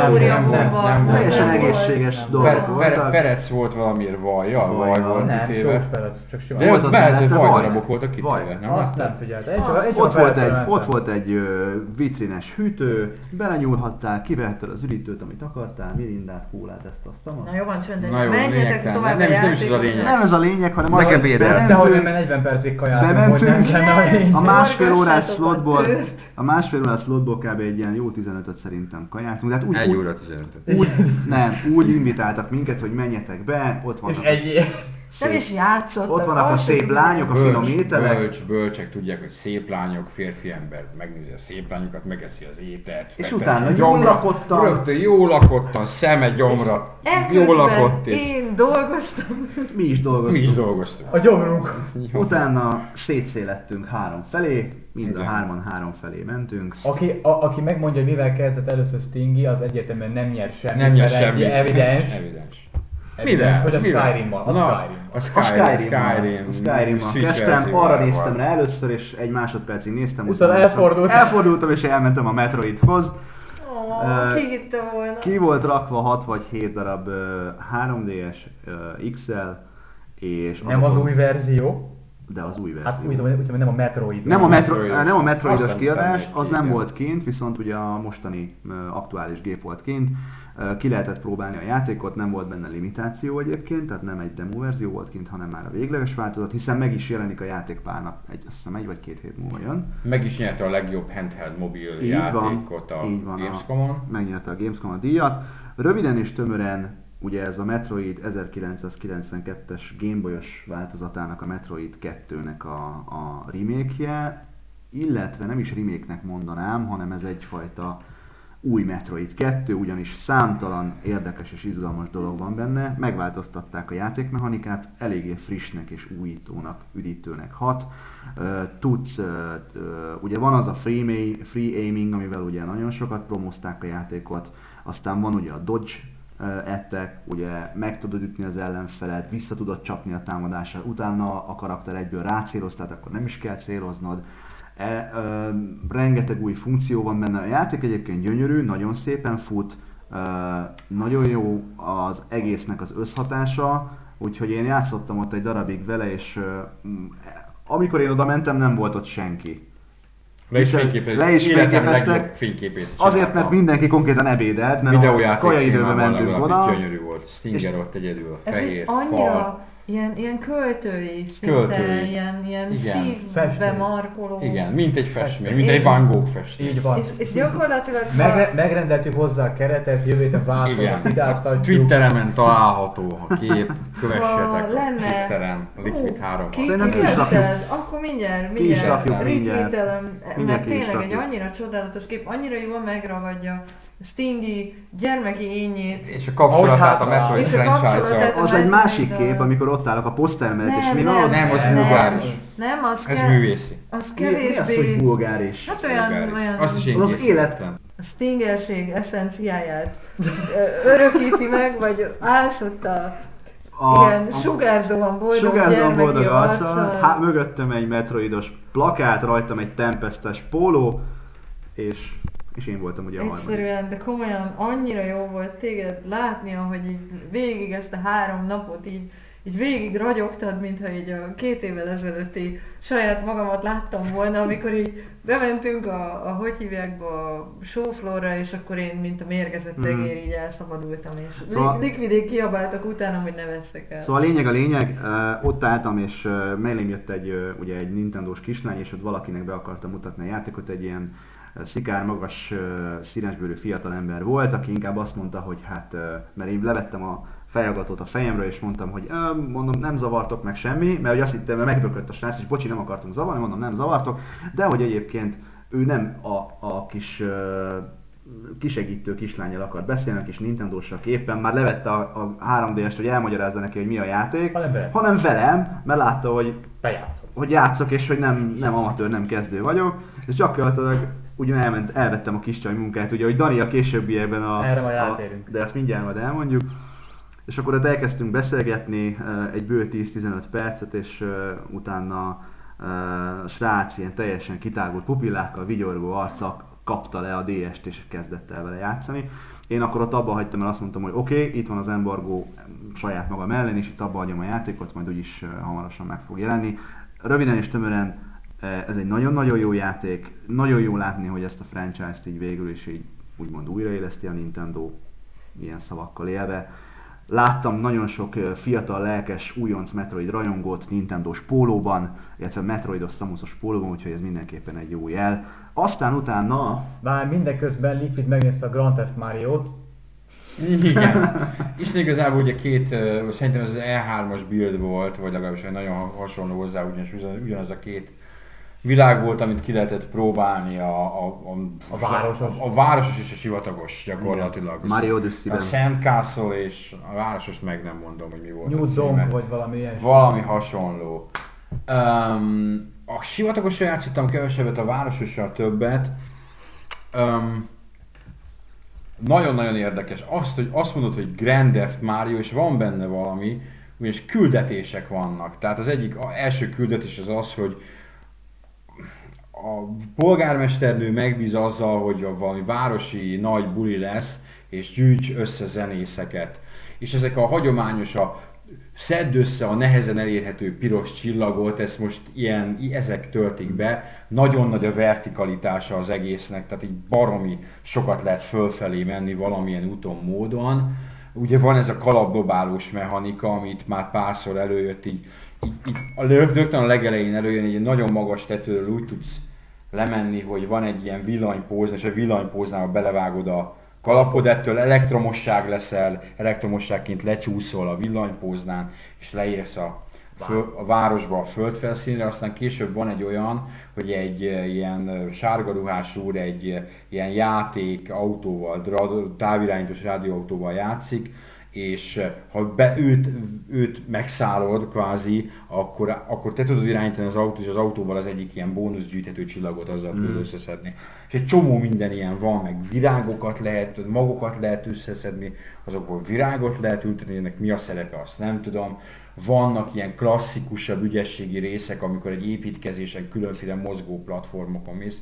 Nem volt. Teljesen egészséges dolgok voltak. Perec volt valamiért vajjal, vaj volt nem, kitéve. sós perec, csak simán. De ott mellett vaj. vajdarabok voltak kitéve, nem? Azt nem figyelt. Egy, Ah. egy Ott volt egy, ott volt egy ö, vitrines hűtő, belenyúlhattál, kivehetted az üdítőt, amit akartál, mirindát, kólát, ezt azt azt. Na jó van, csöndes. Na jó, Menjetek lényegtelen. tovább Nem a is- nem is ez a játékot. lényeg. Nem ez a lényeg, hanem az, Nekem hogy édel. De hogy bementünk, mert negyven percig kajáltunk, hogy nem bementünk, lenne a lényeg. a másfél órás Forgassátok a slotból, tört. a másfél órás slotból kb. Egy ilyen jó tizenötöt szerintem kajáltunk, de hát úgy, Egy úgy, óra tizenötöt. úgy, nem, úgy invitáltak minket, hogy menjetek be, ott És vannak, egy nem is játszottak. Ott vannak a az szép sem lányok, a ugye. finom Bölcs, ételek. bölcs, bölcsek tudják, hogy szép lányok, férfi ember megnézi a szép lányokat, megeszi az ételt. És fektet utána a jól gyomra, lakottan. Rögtön jól lakottan, szeme gyomra, jól Ekközben lakott, és én dolgoztam. Mi is mi dolgoztunk. is dolgoztunk. A gyomrunk. Jó. Utána szétszélettünk három felé, mind a Igen. hárman három felé mentünk. Aki, a, aki megmondja, hogy mivel kezdett először Stingy, az egyértelműen nem nyer semmit. Nem nyer mert egy semmit. Evidens. Evidens. Evidens, hogy a Mivel? Skyrim-mal. A Na, Skyrim. A A Skyrim, Skyrim-mal Skyrim Switch kezdtem, verziójával. arra néztem rá először, és egy másodpercig néztem. Utána viszont elfordult. Elfordultam, és elmentem a Metroidhoz. Ó, Ö, ki hitte volna. Ki volt rakva hat vagy hét darab uh, három dés uh, iksz el, és Nem az azokon- új verzió. de az új verzió. Hát úgy tudom, úgy tudom, nem a Metroid. Nem a, metro, Metroidos. nem a Metroidos Azt nem kiadás, tennék az ki, nem igen. volt kint, viszont ugye a mostani uh, aktuális gép volt kint. Uh, ki lehetett próbálni a játékot, nem volt benne limitáció egyébként, tehát nem egy demo verzió volt kint, hanem már a végleges változat, hiszen meg is jelenik a játékpárnak, egy, azt hiszem egy vagy két hét múlva jön. Meg is nyerte a legjobb handheld mobil Így játékot van, a így van, Gamescom-on. Megnyerte a Gamescom a díjat. Röviden és tömören ugye ez a Metroid ezerkilencszázkilencvenkettes Gameboy-os változatának, a Metroid kettőnek a, a remake-je, illetve nem is remake-nek mondanám, hanem ez egyfajta új Metroid kettő, ugyanis számtalan érdekes és izgalmas dolog van benne, megváltoztatták a játékmechanikát, eléggé frissnek és újítónak, üdítőnek hat. Ö, Tudsz, ö, ö, ugye van az a free, ma- free aiming, amivel ugye nagyon sokat promózták a játékot, aztán van ugye a dodge ettek, ugye meg tudod ütni az ellenfelet, vissza tudod csapni a támadását, utána a karakter egyből rácéloz, tehát akkor nem is kell céloznod. E, ö, rengeteg új funkció van benne, a játék egyébként gyönyörű, nagyon szépen fut, ö, nagyon jó az egésznek az összhatása, úgyhogy én játszottam ott egy darabig vele, és ö, amikor én oda mentem, nem volt ott senki. Le is Hiszen- fényképeztek. le is Életem fényképeztek. legjobb fényképét Azért, csináltam. mert mindenki konkrétan ebédelt, mert a Videójáték kajaidőben témában mentünk legalább oda. gyönyörű volt. Stinger ott egyedül, a Ez fehér egy fal. annyira ilyen, ilyen költői szinte, Költői. ilyen, ilyen Igen. szívbe Festmény. markoló. Igen, mint egy festmény, Festmény. mint egy És- Van Gogh festmény. Így van. És, és gyakorlatilag Megre- megrendeltük hozzá a keretet, jövő héten vászon, Igen. azt hibáztatjuk. Twitteren található a kép, kövessetek Ha a lenne- Twitteren, a Liquid három. ki, Szerintem ki ki is rakjuk. tetted? Akkor mindjárt, Ki is mindjárt rakjuk mindjárt. retweetelem, Mindjárt mert ki is tényleg egy rakjuk. annyira csodálatos kép, annyira jól megragadja Stingy gyermeki ényét. És a kapcsolatát a Ahogy Metroid És a franchise-zal. kapcsolatát- Az egy másik kép, amikor ott állok a poszter mellett, és mi Nem, van? Nem, az nem, vulgáris. Nem, az, Ez kell, művészi. az Mi, mi az, hogy kevésbé... vulgáris? Hát olyan, Vulgáris. olyan Azt is én Az az készítettem. a stingerség eszenciáját ö, örökíti meg, vagy állsz ott a, A, ilyen sugárzóan boldog Sugárzóan gyermeki boldog arccal, arccal. hát mögöttem egy metroidos plakát, rajtam egy tempestes póló, és, és én voltam ugye a harmadik. Egyszerűen, de komolyan annyira jó volt téged látni, ahogy így végig ezt a három napot így, így végig ragyogtad, mintha így a két évvel ezelőtti saját magamat láttam volna, amikor így bementünk a, a hogy hívják be, a showfloorra, és akkor én, mint a mérgezett tegér, így elszabadultam, és Szóval- szóval... likvidék kiabáltak utánam, hogy ne vesztek el. Szóval a lényeg a lényeg, uh, ott álltam, és uh, mellém jött egy, uh, ugye egy Nintendós kislány, és ott valakinek be akartam mutatni a játékot, egy ilyen uh, szikár, magas, uh, színesbőrű fiatalember volt, aki inkább azt mondta, hogy hát, uh, mert én levettem a fejhallgatót a fejemről, és mondtam, hogy uh, mondom, nem zavartok meg semmi, mert hogy azt hittem, mert megbökött a srác, és bocsi, nem akartunk zavarni, mondom, nem zavartok, de hogy egyébként ő nem a, a kis uh, kisegítő kislánnyal akart beszélni, a kis Nintendóssal, aki éppen már levette a, a három dé-est, hogy elmagyarázza neki, hogy mi a játék, Hanem velem. hanem velem, mert látta, hogy, Te játszol. hogy játszok, és hogy nem, nem amatőr, nem kezdő vagyok, és gyakorlatilag ugyan elment, elvettem a kis csaj munkát, ugye, hogy Dani a későbbiekben a... Erre majd a rátérünk. de ezt mindjárt majd elmondjuk. És akkor ott elkezdtünk beszélgetni uh, egy bő tíz-tizenöt percet, és uh, utána uh, a srác ilyen teljesen kitágult pupillákkal, vigyorgó arccal kapta le a dé-est, és kezdett el vele játszani. Én akkor ott abba hagytam, mert azt mondtam, hogy oké, okay, itt van az embargó saját magam ellen, és itt abba hagyom a játékot, majd úgyis uh, hamarosan meg fog jelenni. Röviden és tömören, uh, ez egy nagyon-nagyon jó játék, nagyon jó látni, hogy ezt a franchise-t így végül is így úgymond újraéleszti a Nintendo, ilyen szavakkal élve. Láttam nagyon sok fiatal, lelkes, újonc Metroid rajongót Nintendós pólóban, illetve Metroidos Samusos pólóban, úgyhogy ez mindenképpen egy jó jel. Aztán utána... Bár mindeközben Liquid megnézte a Grand Theft Mario-t, Igen. És igazából ugye két, uh, szerintem ez az E hármas build volt, vagy legalábbis nagyon hasonló hozzá, ugyanis ugyanaz a két világ volt, amit ki lehetett próbálni a, a, a, a városos. A, a városos és a sivatagos gyakorlatilag. Igen. Mario Odyssey-ben. A Sandcastle és a városos meg nem mondom, hogy mi volt. New Zonk vagy valami ilyen. Valami hasonló. Um, a sivatagosra játszottam kevesebbet, a várososra többet. Um, Nagyon-nagyon érdekes. Azt, hogy azt mondod, hogy Grand Theft Mario, és van benne valami, ugyanis küldetések vannak. Tehát az egyik az első küldetés az az, hogy a polgármesternő megbíz azzal, hogy valami városi nagy buli lesz, és gyűjts össze zenészeket. És ezek a hagyományos, a szedd össze a nehezen elérhető piros csillagot, ezt most ilyen, ezek töltik be. Nagyon nagy a vertikalitása az egésznek, tehát így baromi sokat lehet fölfelé menni valamilyen úton, módon. Ugye van ez a kalapdobálós mechanika, amit már párszor előjött, így, így, így a rögtön a legelején előjön, egy nagyon magas tetőről úgy tudsz lemenni, hogy van egy ilyen villanypózna, és a villanypóznával belevágod a kalapod, ettől elektromosság leszel, elektromosságként lecsúszol a villanypóznán, és leérsz a, föl, a városba, a földfelszínre, aztán később van egy olyan, hogy egy ilyen sárga ruhás úr egy ilyen játék autóval, távirányítós rádióautóval játszik, és ha be őt, őt megszállod kvázi, akkor, akkor te tudod irányítani az autót, és az autóval az egyik ilyen bónuszgyűjthető csillagot azzal tudod mm. összeszedni. És egy csomó minden ilyen van, meg virágokat lehet, magokat lehet összeszedni, azokból virágot lehet ültetni, ennek mi a szerepe, azt nem tudom. Vannak ilyen klasszikusabb ügyességi részek, amikor egy építkezésen különféle mozgó platformokon mész.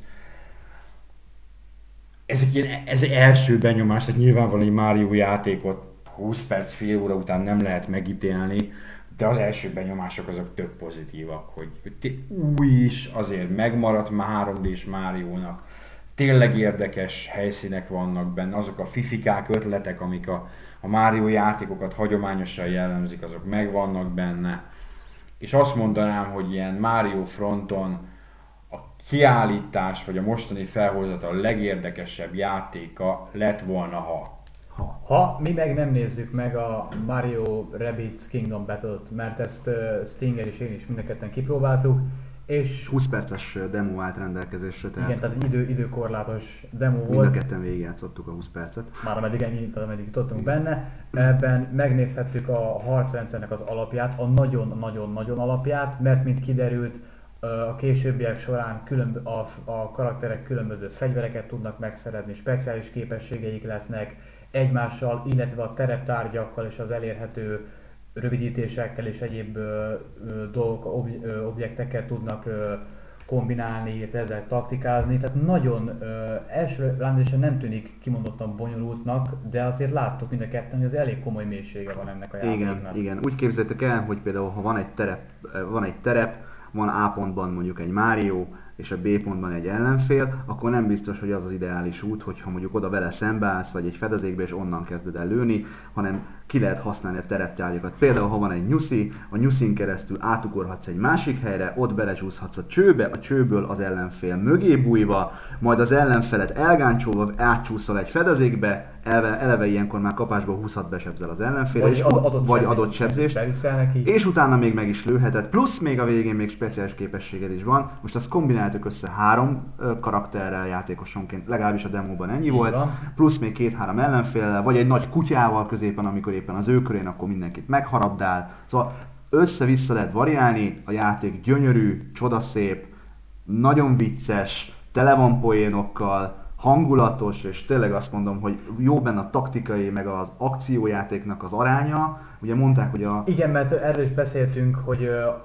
Ezek ilyen, ez egy első benyomás, tehát nyilvánvalóan egy Mario játékot húsz perc, fél óra után nem lehet megítélni, de az első benyomások azok tök pozitívak, hogy, hogy új is azért megmaradt már három dés Máriónak. Tényleg érdekes helyszínek vannak benne, azok a fifikák, ötletek, amik a, a Mario játékokat hagyományosan jellemzik, azok megvannak benne. És azt mondanám, hogy ilyen Mario fronton a kiállítás, vagy a mostani felhozata a legérdekesebb játéka lett volna, ha Ha. ha mi meg nem nézzük meg a Mario Rabbids Kingdom Battle-t, mert ezt uh, Stinger és én is mind a ketten kipróbáltuk, és húsz perces demo állt rendelkezésre, tehát... Igen, tehát idő, időkorlátos demo mind volt. Mind a ketten végigjátszottuk a húsz percet. Már ameddig ennyi, tehát ameddig jutottunk benne. Ebben megnézhettük a harcrendszernek az alapját, a nagyon-nagyon-nagyon alapját, mert mint kiderült, a későbbiek során különb- a, a karakterek különböző fegyvereket tudnak megszerezni, speciális képességeik lesznek, egymással, illetve a tereptárgyakkal és az elérhető rövidítésekkel és egyéb ö, ö, dolgok, ob- ö, objektekkel tudnak ö, kombinálni, illetve ezzel taktikázni. Tehát nagyon ö, első lándésen nem tűnik kimondottan bonyolultnak, de azért láttuk mind a ketten, hogy az elég komoly mélysége van ennek a játéknak. Igen, igen. Úgy képzeljétek el, hogy például ha van egy terep, van egy terep, van A pontban mondjuk egy Mario, és a B pontban egy ellenfél, akkor nem biztos, hogy az az ideális út, hogyha mondjuk oda vele szembeállsz, vagy egy fedezékbe, és onnan kezded el lőni, hanem ki lehet használni a tereptárgyakat. Például, ha van egy nyuszi, a nyuszin keresztül átugorhatsz egy másik helyre, ott belecsúszhatsz a csőbe, a csőből az ellenfél mögé bújva, majd az ellenfelet elgáncsolva átcsúszol egy fedezékbe, eleve, eleve ilyenkor már kapásból húszat besebzel az ellenfélre, vagy és adott, vagy sebzést, adott sebzést, neki. És utána még meg is lőheted, plusz még a végén még speciális képességed is van. Most azt kombináltuk össze három ö, karakterrel játékosonként, legalábbis a demóban ennyi Így volt, van. plusz még két-három ellenféllel, vagy egy nagy kutyával középen, amikor éppen az ő körén, akkor mindenkit megharabdál. Szóval össze-vissza lehet variálni, a játék gyönyörű, csodaszép, nagyon vicces, tele van poénokkal, hangulatos, és tényleg azt mondom, hogy jó benne a taktikai, meg az akciójátéknak az aránya. Ugye mondták, hogy a... Igen, mert erről is beszéltünk, hogy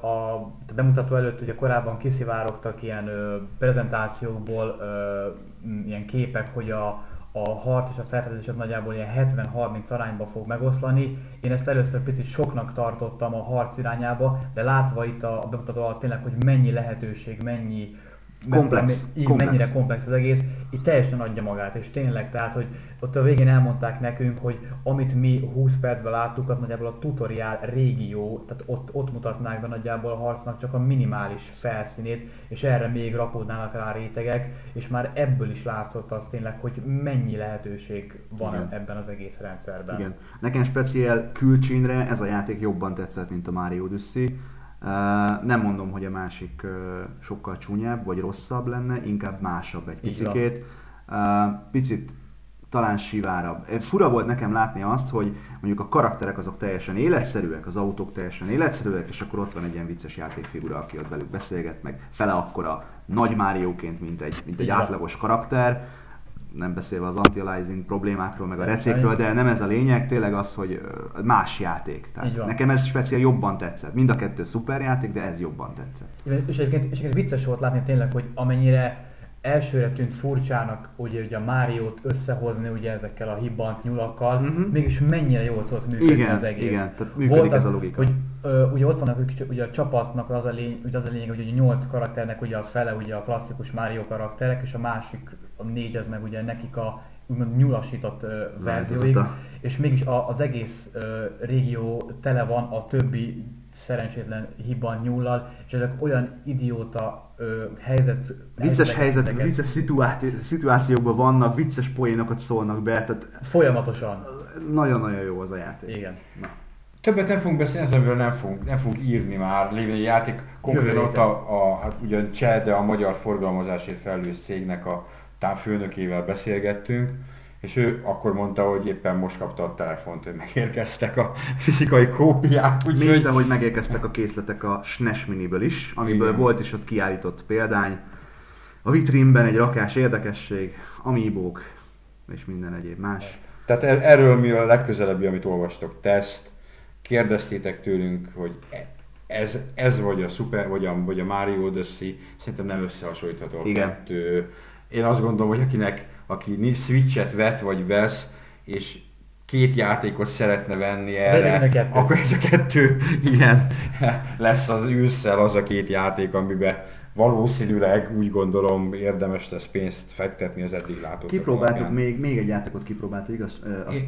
a bemutató előtt ugye korábban kiszivárogtak ilyen prezentációkból ilyen képek, hogy a, a harc és a felfedezés az nagyjából ilyen hetven harminc arányba fog megoszlani. Én ezt először picit soknak tartottam a harc irányába, de látva itt a bemutató alatt tényleg, hogy mennyi lehetőség, mennyi komplex, így komplex. mennyire komplex az egész, itt teljesen adja magát, és tényleg, tehát, hogy ott a végén elmondták nekünk, hogy amit mi húsz percben láttuk, az nagyjából a tutoriál régió, tehát ott, ott mutatnák be nagyjából a harcnak csak a minimális felszínét, és erre még rakódnának rá rétegek, és már ebből is látszott az tényleg, hogy mennyi lehetőség van Igen. ebben az egész rendszerben. Igen. Nekem speciál külcsínre ez a játék jobban tetszett, mint a Mario Odyssey. Uh, nem mondom, hogy a másik uh, sokkal csúnyább vagy rosszabb lenne, inkább másabb egy picikét. Uh, picit talán sivárabb. Fura volt nekem látni azt, hogy mondjuk a karakterek azok teljesen életszerűek, az autók teljesen életszerűek, és akkor ott van egy ilyen vicces játékfigura, aki ott velük beszélget, meg fele akkora nagy Márióként, mint egy, mint egy átlagos karakter. Nem beszélve az anti-aliasing problémákról, meg a recékről, de nem ez a lényeg, tényleg az, hogy más játék. Tehát nekem ez speciál jobban tetszett. Mind a kettő szuper játék, de ez jobban tetszett. És egyébként, és egyébként vicces volt látni tényleg, hogy amennyire elsőre tűnt furcsának ugye, ugye a Máriót összehozni ugye ezekkel a hibbant nyulakkal, uh-huh. mégis mennyire jól tudott működni igen, az egész. Igen, tehát működik Voltak, ez a logika. Hogy, ö, ugye ott vannak ugye a csapatnak az a, lény, ugye az a lényeg, hogy ugye nyolc karakternek ugye a fele ugye a klasszikus Mario karakterek, és a másik a négy az meg ugye nekik a úgymond nyulasított ö, verzióik, és mégis a, az egész ö, régió tele van a többi szerencsétlen hibban nyúllal, és ezek olyan idióta ö, helyzet... Vicces helyzet, vicces szituáció, szituációkban vannak, vicces poénokat szólnak be, tehát... Folyamatosan. Nagyon-nagyon jó az a játék. Igen. Na. Többet nem fogunk beszélni, ezzel nem fogunk, nem fogunk írni már, lévén a játék konkrétan ott a, a, hát ugyan cseh, de a magyar forgalmazásért felelős cégnek a főnökével beszélgettünk, és ő akkor mondta, hogy éppen most kapta a telefont, hogy megérkeztek a fizikai kópiák. Úgy mint ahogy megérkeztek a készletek a es en e es Miniből is, amiből igen. volt is ott kiállított példány. A vitrínben egy rakás érdekesség, amiibók és minden egyéb más. Tehát erről mi a legközelebbi, amit olvastok, teszt. Kérdeztétek tőlünk, hogy ez, ez vagy a Super, vagy a, vagy a Mario Odyssey, szerintem nem összehasonlítható a kettő. Én azt gondolom, hogy akinek, aki Switch-et vett vagy vesz, és két játékot szeretne venni erre, akkor ez a kettő, igen, lesz az ősszel az a két játék, amiben valószínűleg úgy gondolom érdemes lesz pénzt fektetni az eddig látott. Kipróbáltuk, még, még egy játékot kipróbáltuk, igaz? Azt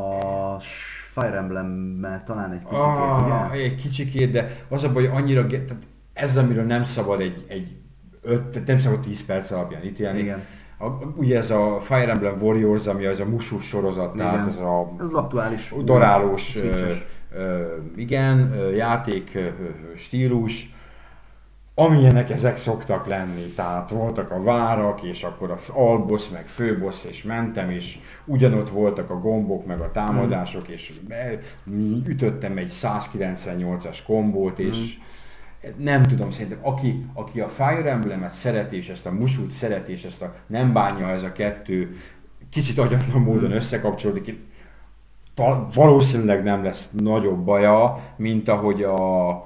a Fire Emblem-mel talán egy picikét, ah, ugye? Egy kicsikét, de az a baj, hogy annyira, tehát ez amiről nem szabad egy, egy öt, nem szabad tíz perc alapján ítélni. Igen. A, ugye ez a Fire Emblem Warriors, ami az a musús sorozat, igen. tehát ez a ez az aktuális darálós, ö, ö, igen, játék ö, stílus, amilyenek ezek szoktak lenni, tehát voltak a várak, és akkor az alboss, meg főboss, és mentem, és ugyanott voltak a gombok, meg a támadások, mm. és ütöttem egy százkilencvennyolcas kombót, és mm. nem tudom, szerintem aki, aki a Fire Emblemet szereti, és ezt a musút szereti, és ezt a nem bánja ez a kettő, kicsit agyatlan módon összekapcsolódik, valószínűleg nem lesz nagyobb baja, mint ahogy a...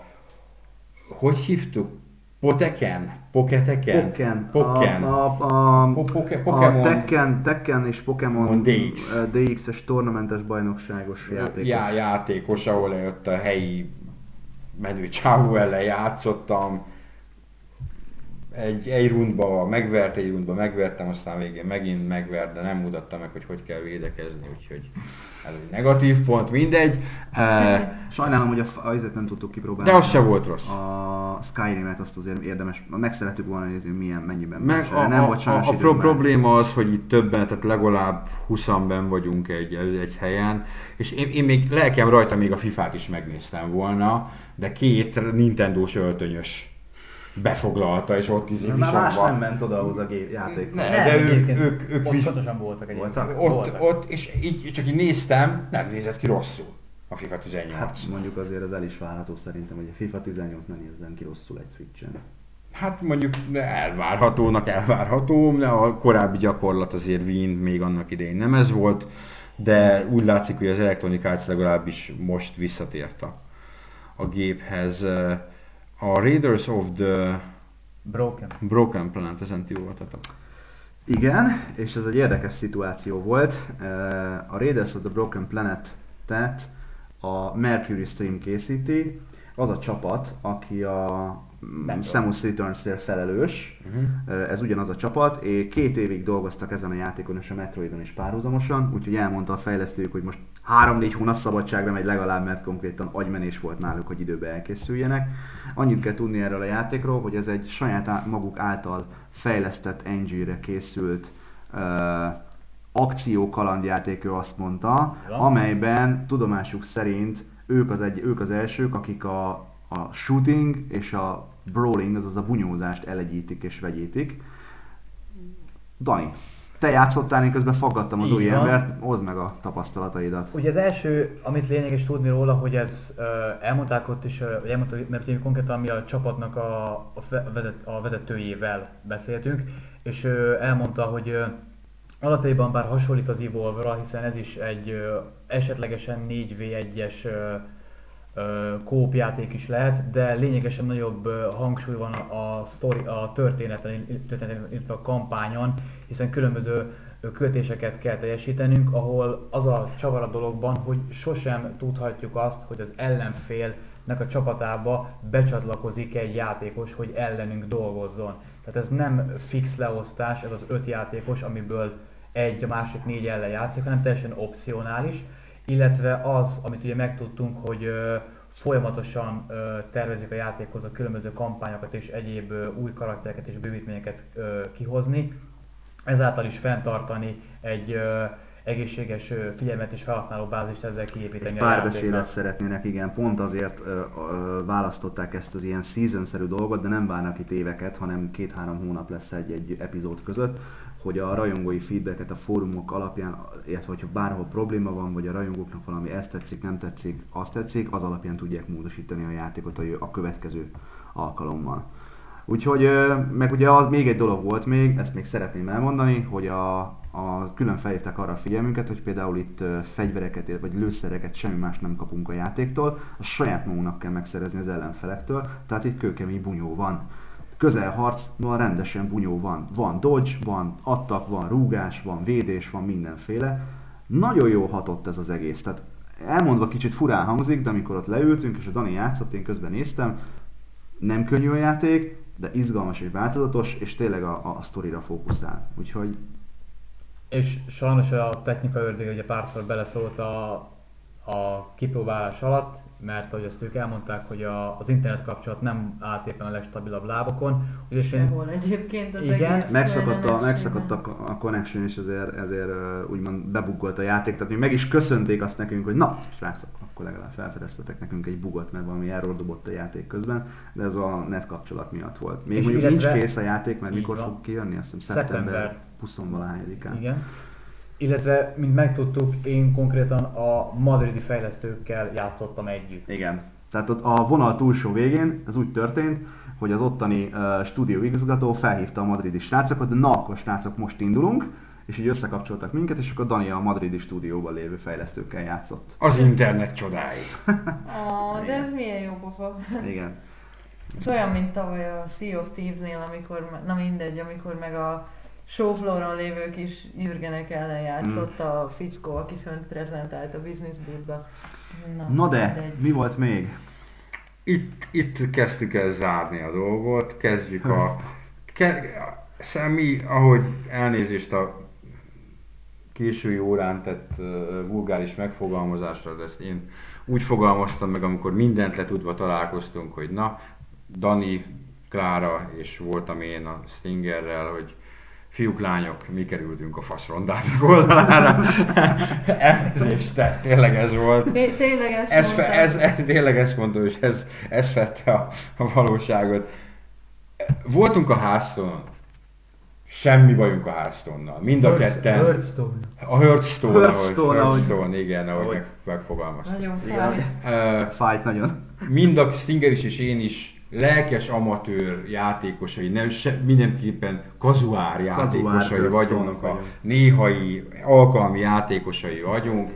Hogy hívtuk? Poteken? Poketeken? Pokken. Pokken. A, a, a, Poke, Pokemon. a Tekken, Tekken és Pokémon dé iksz. dé iksz-es tornamentes bajnokságos játékos. Já, játékos, ahol ott a helyi menő csávó ellen játszottam. Egy, egy rundba megvert, egy rundba megvertem, aztán végén megint megvert, de nem mutatta meg, hogy hogy kell védekezni, úgyhogy ez egy negatív pont, mindegy. Sajnálom, hogy a, azért nem tudtuk kipróbálni. De az se volt rossz. A Skyrim-et azt azért érdemes, meg szeretük volna nézni, milyen, mennyiben meg a, nem a, volt a, a pro- probléma az, hogy itt többen, tehát legalább húszan benn vagyunk egy, egy helyen, és én, én még lelkem rajta még a fifát is megnéztem volna, de két Nintendo-s öltönyös befoglalta, és ott izé visogva. Más nem ment oda ahhoz a játék. Ne, de nem, ők, ők, ők, ők ott vis... voltak egyébként. Ott, voltak. Ott, és így, csak így néztem, nem nézett ki rosszul a FIFA tizennyolc. Hát mondjuk azért az el is várható szerintem, hogy a FIFA tizennyolc nem nézzen ki rosszul egy Switchen. Hát mondjuk elvárhatónak elvárható, de a korábbi gyakorlat azért Wien még annak idején nem ez volt, de úgy látszik, hogy az Electronic Arts legalábbis most visszatért a, a géphez. A Raiders of the Broken, Broken Planet, ezen ti voltatok. Igen, és ez egy érdekes szituáció volt. A Raiders of the Broken Planet-et a Mercury Stream készíti. Az a csapat, aki a Samus Returns-ért felelős. Uh-huh. Ez ugyanaz a csapat, és két évig dolgoztak ezen a játékon és a Metroidon is párhuzamosan, úgyhogy elmondta a fejlesztőjük, hogy most három-négy hónap szabadságra megy legalább, mert konkrétan agymenés volt náluk, hogy időbe elkészüljenek. Annyit kell tudni erről a játékról, hogy ez egy saját maguk által fejlesztett engine-re készült uh, akció kalandjáték, ő azt mondta, amelyben tudomásuk szerint ők az, egy, ők az elsők, akik a, a shooting és a brawling, azaz a bunyózást elegyítik és vegyítik. Dani, te játszottál, én közben faggattam az új embert, hozd meg a tapasztalataidat. Ugye az első, amit lényeges tudni róla, hogy ez uh, elmondták ott is, uh, elmondták, mert ugye konkrétan mi a csapatnak a, a, vezet, a vezetőjével beszéltünk, és uh, elmondta, hogy uh, alapjában bár hasonlít az Evolve-ra, hiszen ez is egy uh, esetlegesen négy vé egyes uh, uh, kóp játék is lehet, de lényegesen nagyobb uh, hangsúly van a, a, story, a történeten, illetve a kampányon, hiszen különböző uh, költéseket kell teljesítenünk, ahol az a csavar a dologban, hogy sosem tudhatjuk azt, hogy az ellenfélnek a csapatába becsatlakozik egy játékos, hogy ellenünk dolgozzon. Tehát ez nem fix leosztás, ez az öt játékos, amiből egy, a másik négy ellen játszik, hanem teljesen opcionális, illetve az, amit ugye megtudtunk, hogy ö, folyamatosan ö, tervezik a játékhoz a különböző kampányokat és egyéb ö, új karaktereket és bővítményeket ö, kihozni, ezáltal is fenntartani egy ö, egészséges ö, figyelmet és felhasználó bázist ezzel kiépíteni. Párbeszédet szeretnének, igen, pont azért ö, ö, választották ezt az ilyen season-szerű dolgot, de nem várnak itt éveket, hanem két-három hónap lesz egy-egy epizód között, hogy a rajongói feedbacket a fórumok alapján, illetve hogyha bárhol probléma van, vagy a rajongóknak valami ezt tetszik, nem tetszik, azt tetszik, az alapján tudják módosítani a játékot a következő alkalommal. Úgyhogy, meg ugye az még egy dolog volt még, ezt még szeretném elmondani, hogy a, a külön felhívták arra a figyelmünket, hogy például itt fegyvereket vagy lőszereket, semmi más nem kapunk a játéktól, a saját magunknak kell megszerezni az ellenfelektől, tehát itt kőkemény bunyó van. Közelharcban rendesen bunyó van. Van dodge, van attack, van rúgás, van védés, van mindenféle. Nagyon jól hatott ez az egész. Tehát elmondva kicsit furán hangzik, de amikor ott leültünk és a Dani játszott, én közben néztem, nem könnyű a játék, de izgalmas és változatos, és tényleg a, a sztorira fókuszál. Úgyhogy... És sajnos a technika ördög ugye párszor beleszólt a, a kipróbálás alatt, mert ahogy azt ők elmondták, hogy a, az internet kapcsolat nem állt éppen a legstabilabb lábokon. Sehol egyébként az igen. egész. Megszakadt a, megszakadt a, a connection, és ezért, ezért uh, úgymond bebuggolt a játék. Tehát mi meg is köszönték azt nekünk, hogy na, srácok, akkor legalább felfedeztetek nekünk egy bugot, mert valami error dobott a játék közben, de ez a net kapcsolat miatt volt. Még és mondjuk nincs kész a játék, mert mikor van. Fog kijönni? Azt hiszem szeptember huszonvalahányadikán. Igen. Illetve, mint megtudtuk, én konkrétan a madridi fejlesztőkkel játszottam együtt. Igen. Tehát ott a vonal túlsó végén ez úgy történt, hogy az ottani uh, stúdió igazgató felhívta a madridi srácokat, de na akkor srácok, most indulunk, és így összekapcsoltak minket, és akkor Dani a madridi stúdióban lévő fejlesztőkkel játszott. Az internet csodái. Oh, de ez milyen jó pofa. Igen. Ez olyan, mint tavaly a Sea of Thieves-nél, amikor, na mindegy, amikor meg a showflooron lévő kis űrgenek ellen játszott mm. a fickó, aki fönt prezentált a Business Bootba. Na, Na de, mindegy. Mi volt még? Itt, itt kezdtük el zárni a dolgot, kezdjük a... Ke, mi, ahogy elnézést a késői órán tett uh, vulgáris megfogalmazásra, de ezt én úgy fogalmaztam meg, amikor mindent letudva találkoztunk, hogy na, Dani, Klára és voltam én a Stingerrel, hogy fiúk, lányok, mi kerültünk a faszrondának oldalára. Elnézést, te, tényleg ez volt. Té- tényleg ezt ez, fe, ez, ez Tényleg ezt mondta, és ez, ez fette a, a valóságot. Voltunk a Hearthstone-on. Semmi bajunk a Hearthstone-nal. Mind a Hearthstone. ketten. Hearthstone. A Hearthstone, Hearthstone, ahogy, Hearthstone igen, ahogy meg, megfogalmaztam. Nagyon fáj. Uh, Fájt nagyon. Mind a Stinger is és én is lelkes amatőr játékosai, nem, se, mindenképpen kazuár játékosai kazuár vagyunk, a néhai alkalmi játékosai vagyunk.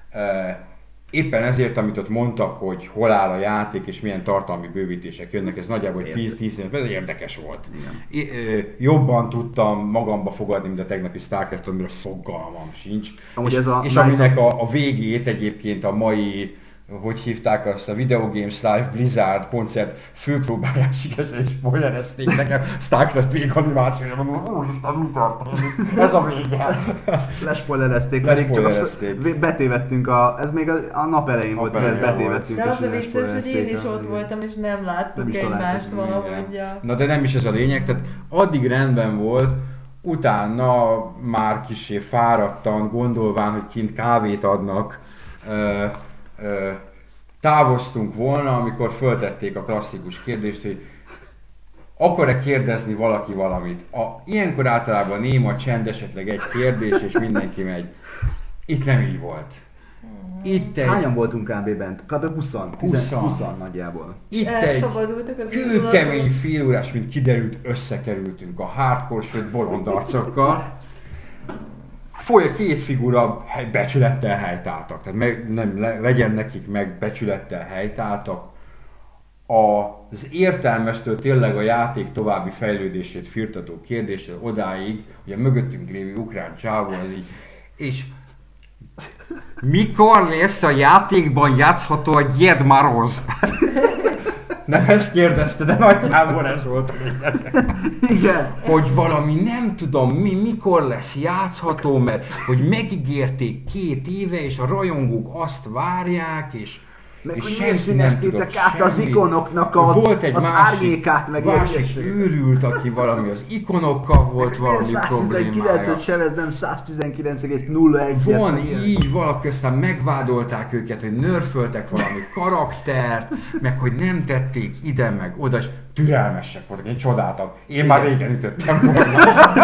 Éppen ezért, amit ott mondtak, hogy hol áll a játék és milyen tartalmi bővítések jönnek, ez nagyjából tíz-tizenöt, ez érdekes volt. Igen. Jobban tudtam magamba fogadni, mint a tegnapi StarCraft-on, amire fogalmam sincs. És, ez a és aminek a, a végét egyébként a mai hogy hívták azt a Video Games Live Blizzard koncert főpróbáját sikeresen spoilerezték nekem, Starcraft végig animációja, mondom, úristen, mi történik? Ez a vége. Lespoilerezték, pedig csak azt betévettünk a, ez még a, a nap elején nap volt, mert betévettünk. De az a vicces, hogy én is ott voltam, és nem láttuk egymást valahogy. Na de nem is ez a lényeg, tehát addig rendben volt, utána már kissé fáradtan, gondolván, hogy kint kávét adnak, ö, ö, távoztunk volna, amikor föltették a klasszikus kérdést, hogy akar-e kérdezni valaki valamit. A, ilyenkor általában néma csend, esetleg egy kérdés, és mindenki megy. Itt nem így volt. Itt egy... Hányan voltunk kb. Bent? Kb. húszan. húszan nagyjából. Itt egy kőkemény félórás, mint kiderült, összekerültünk a hardcore, sőt bolond arcokkal. Foly, két figura becsülettel helytáltak, tehát meg, nem, le, legyen nekik meg becsülettel helytáltak. Az értelmestől tényleg a játék további fejlődését firtató kérdésre odáig, hogy a mögöttünk lévő ukrán csávó az így, és mikor lesz a játékban játszható a Gyed Maroz? Nem ezt kérdezte, de nagyjából ez volt. Igen. Hogy valami, nem tudom mi, mikor lesz játszható, mert hogy megígérték két éve, és a rajongók azt várják, és meg és hogy miért színeztétek át semmit. Az ikonoknak az, volt egy az másik, árnyékát, meg másik őrült, aki valami az ikonokkal volt valami száztizenkilenc problémája. Sem, ez nem száztizenkilenc egész nulla egy. Van így, valaki aztán megvádolták őket, hogy nörföltek valami karaktert, meg hogy nem tették ide, meg oda, és türelmesek voltak, én csodáltam. Én már régen ütöttem volna.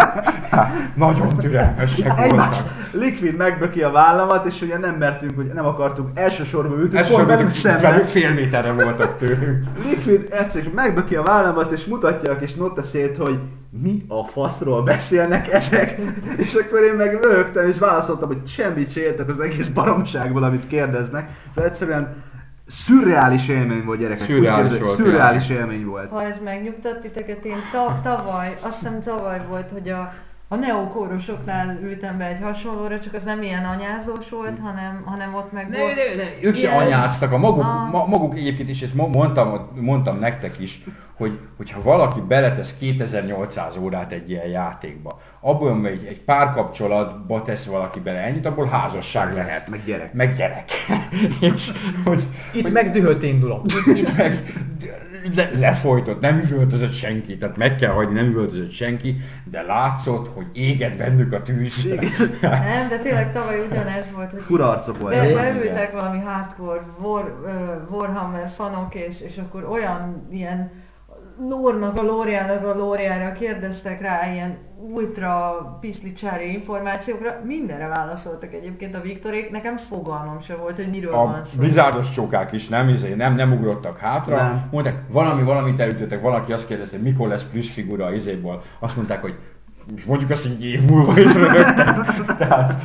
Nagyon türelmesek voltak. Liquid megböki a vállamat, és ugye nem mertünk, hogy nem akartunk elsősorban ütni, elsősorban velük fél méterre voltak tőlünk. Liquid egyszer megböki a vállamat, és mutatja a kis notaszét, hogy mi a faszról beszélnek ezek, és akkor én meg röhögtem, és válaszoltam, hogy semmit se értek az egész baromságból, amit kérdeznek. Szóval egyszerűen szürreális élmény volt, gyerekek. Szürreális, volt, szürreális élmény volt. Ha ez megnyugtat titeket, én ta- tavaly, azt hiszem tavaly volt, hogy a, a neokórusoknál ültem be egy hasonlóra, csak az nem ilyen anyázós volt, hanem, hanem ott meg ne, volt... Ne, ne, ők se anyáztak, a maguk, a... Ma, maguk egyébként is, ezt mondtam, mondtam nektek is, hogy, hogyha valaki beletesz kétezer-nyolcszáz órát egy ilyen játékba, abból egy, egy párkapcsolatba tesz valaki bele ennyit, abból házasság lehet. Meg gyerek. Meg gyerek. És, hogy, itt hogy, meg dühött indulok. Itt, itt meg le, lefolytott, nem üvöltözött senki, tehát meg kell hagyni, nem üvöltözött senki, de látszott, hogy éget bennük a tűz. Nem, de tényleg tavaly ugyanez volt, hogy fura arcok volt. Be, beültek valami hardcore War, uh, Warhammer fanok, és, és akkor olyan ilyen lórnak a lóriának a lóriára kérdeztek rá ilyen ultra piszlicsári információkra, mindenre válaszoltak egyébként a Viktorék, nekem fogalmam se volt, hogy miről a van szó. A Blizzardos csókák is nem, izé, nem, nem ugrottak hátra, nem. Mondták, valami, valamit elütöttek, valaki azt kérdezte, hogy mikor lesz plusz figura az izéból, azt mondták, hogy mondjuk azt, hogy év múlva is rögöttem. Tehát...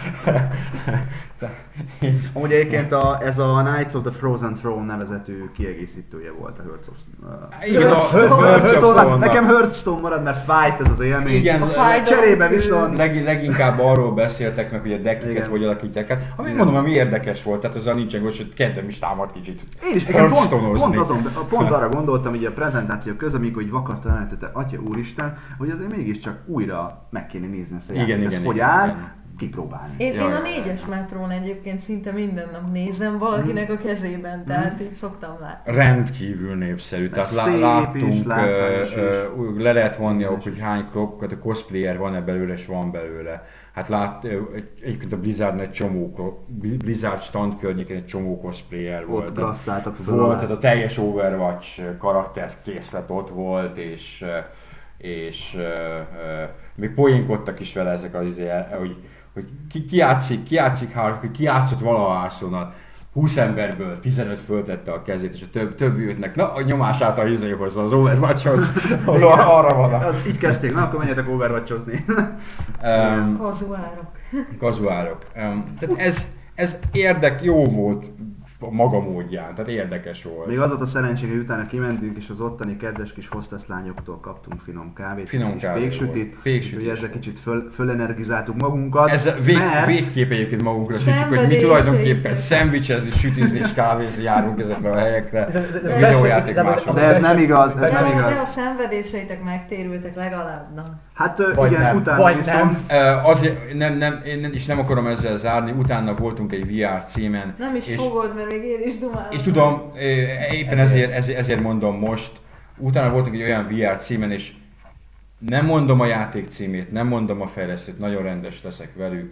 Amúgy egyébként a, ez a Knights of the Frozen Throne nevezetű kiegészítője volt a Hearts of Stone. Nekem Hearthstone marad, mert fájt ez az élmény. Igen, a cserébe viszont... Leg, leginkább arról beszéltek meg, hogy a deckeket hogy alakítják át. Ami mondom, ami érdekes volt, tehát azzal nincsen gond, hogy kedvem is támad kicsit. Én is, pont, pont, azon, pont arra gondoltam, hogy a prezentáció közben, amikor így vakartan eltette, atya úristen, hogy azért mégiscsak újra meg kéne nézni ezt a játékot. Ez hogy áll, kipróbálni. Én, én a négyes metrón egyébként szinte minden nap nézem valakinek a kezében, tehát így szoktam látni. Rendkívül népszerű, tehát lá- láttunk, is, uh, le lehet vonni, hogy hány a cosplayer van-e belőle, és van belőle. Hát lát, egyébként a Blizzard egy csomó, Blizzard stand környékén egy csomó cosplayer volt. Ott grasszáltak volt, tehát a teljes Overwatch karakterkészlet ott volt, és és uh, uh, még poénkodtak is vele ezek az, hogy, hogy ki, ki játszik, ki játszik, hogy ki játszott valaha Hearthstone-nal. húsz emberből tizenöt föltette a kezét, és a több, többi ütnek, na a nyomását a hizéhoz, az Overwatch-hoz, arra van. Így kezdték, na akkor menjetek Overwatch-ozni. Um, Kazuárok. Kazuárok. Um, tehát ez, ez érdek, jó volt, a maga módján, tehát érdekes volt. Még az volt a szerencség, hogy utána kimentünk, és az ottani kedves kis hostesslányoktól kaptunk finom kávét, Finom kis kávé péksütit, péksütit úgyhogy ezzel kicsit föl, fölenergizáltuk magunkat. Ez vég, mert... végképp egyébként magunkra sütjük, hogy mi tulajdonképpen szendvicsezni, sütizni és kávézni járunk ezekre a helyekre, a videójáték máshol. De ez nem igaz, ez de, nem igaz. De a szenvedéseitek megtérültek legalább, na. Hát Vagy igen, nem, utána vagy viszont... nem. Azért nem, nem, én nem, is nem akarom ezzel zárni, utána voltunk egy vé er címen. Nem is és, fogod, mert még én is dumálom. és tudom, éppen ezért, ezért, ezért mondom most, utána voltunk egy olyan vé er címen, és nem mondom a játék címét, nem mondom a fejlesztőt, nagyon rendes leszek velük.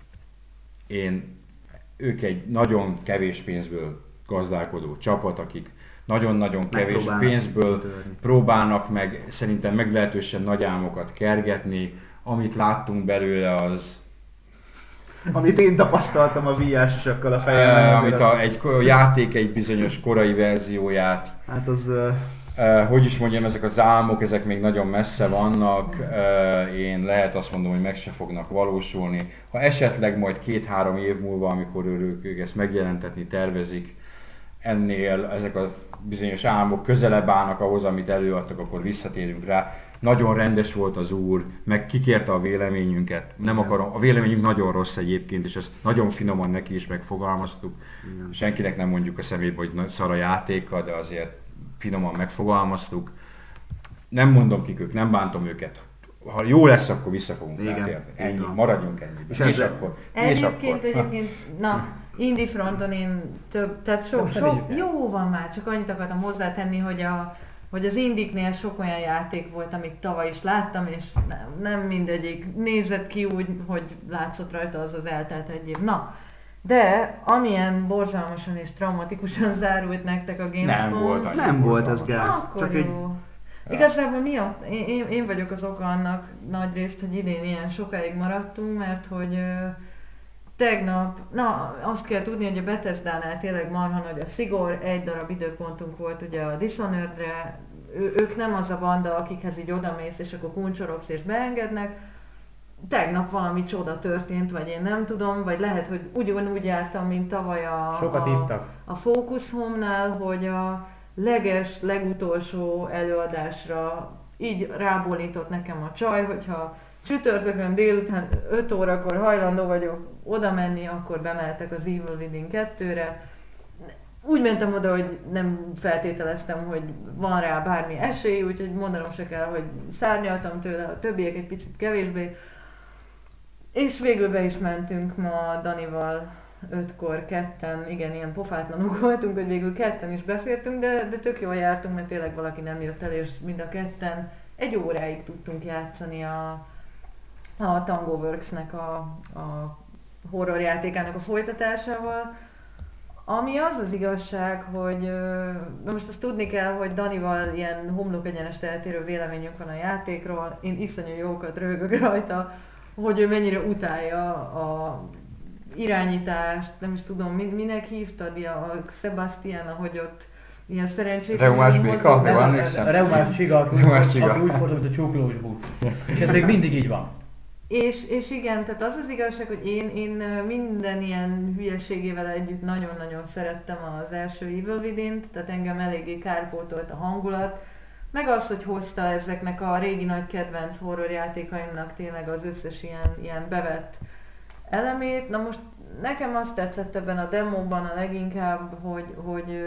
Én, ők egy nagyon kevés pénzből gazdálkodó csapat, akik nagyon-nagyon kevés pénzből próbálnak meg szerintem meglehetősen nagy álmokat kergetni. Amit láttunk belőle az... Amit én tapasztaltam a vé er-sokkal a fejemben. Uh, amit a, egy a játék egy bizonyos korai verzióját. Hát az... Uh... Uh, hogy is mondjam, ezek az álmok, ezek még nagyon messze vannak. Uh, én lehet azt mondom, hogy meg se fognak valósulni. Ha esetleg majd két-három év múlva, amikor ők, ők ezt megjelentetni tervezik, ennél ezek a bizonyos álmok közelebb állnak ahhoz, amit előadtak, akkor visszatérünk rá. Nagyon rendes volt az úr, meg kikérte a véleményünket. Nem akarom, a véleményünk nagyon rossz egyébként, és ezt nagyon finoman neki is megfogalmaztuk. Igen. Senkinek nem mondjuk a szemébe, hogy szar a játéka, de azért finoman megfogalmaztuk. Nem mondom kik ők, nem bántom őket. Ha jó lesz, akkor vissza fogunk rátérni. Ennyi, maradjunk ennyi. És, és akkor. Egyébként, és akkor. egyébként, na, Indie fronton én több, tehát sok, sok, jó van már, csak annyit akartam hozzátenni, hogy, a, hogy az indiknél sok olyan játék volt, amit tavaly is láttam, és nem, nem mindegyik nézett ki úgy, hogy látszott rajta az az eltelt egy év. Na, de amilyen borzalmasan és traumatikusan zárult nektek a Gamescom... Nem volt annyi. Nem volt ez gáz. Akkor csak jó. egy... Igazából miatt, én, én vagyok az oka annak nagyrészt, hogy idén ilyen sokáig maradtunk, mert hogy ö, tegnap, na azt kell tudni, hogy a Bethesda-nál tényleg marha nagy a szigor, egy darab időpontunk volt ugye a Dishonored-re, ő, ők nem az a banda, akikhez így odamész és akkor kuncsorogsz és beengednek. Tegnap valami csoda történt, vagy én nem tudom, vagy lehet, hogy ugyanúgy jártam, mint tavaly a, Sokat a, a Focus Home-nál, hogy a leges, legutolsó előadásra így rábólított nekem a csaj, hogyha csütörtökön délután öt órakor hajlandó vagyok oda menni, akkor bemeltek az Evil Within kettőre. Úgy mentem oda, hogy nem feltételeztem, hogy van rá bármi esély, úgyhogy mondanom se kell, hogy szárnyaltam tőle, a többiek egy picit kevésbé. És végül be is mentünk ma Danival ötkor, ketten, igen, ilyen pofátlanok voltunk, hogy végül ketten is beszéltünk, de, de tök jól jártunk, mert tényleg valaki nem jött el, és mind a ketten egy óráig tudtunk játszani a, a Tango Works-nek a, a horror játékának a folytatásával. Ami az az igazság, hogy na most azt tudni kell, hogy Danival ilyen homlok egyenest eltérő véleményünk van a játékról, én iszonyú jókat röhögök rajta, hogy ő mennyire utálja a irányítást, nem is tudom, minek hívtad, a Sebastian, ahogy ott ilyen szerencsétlen... Reumás béka, A emlékszem? Reumás csiga, aki úgy fordul, mint a csuklós busz. És ez még mindig így van. És, és igen, tehát az az igazság, hogy én, én minden ilyen hülyeségével együtt nagyon-nagyon szerettem az első Evil Within-t, tehát engem eléggé kárpótolt a hangulat, meg az, hogy hozta ezeknek a régi nagy kedvenc horror játékaimnak tényleg az összes ilyen, ilyen bevett elemét. Na most nekem azt tetszett ebben a demóban a leginkább, hogy, hogy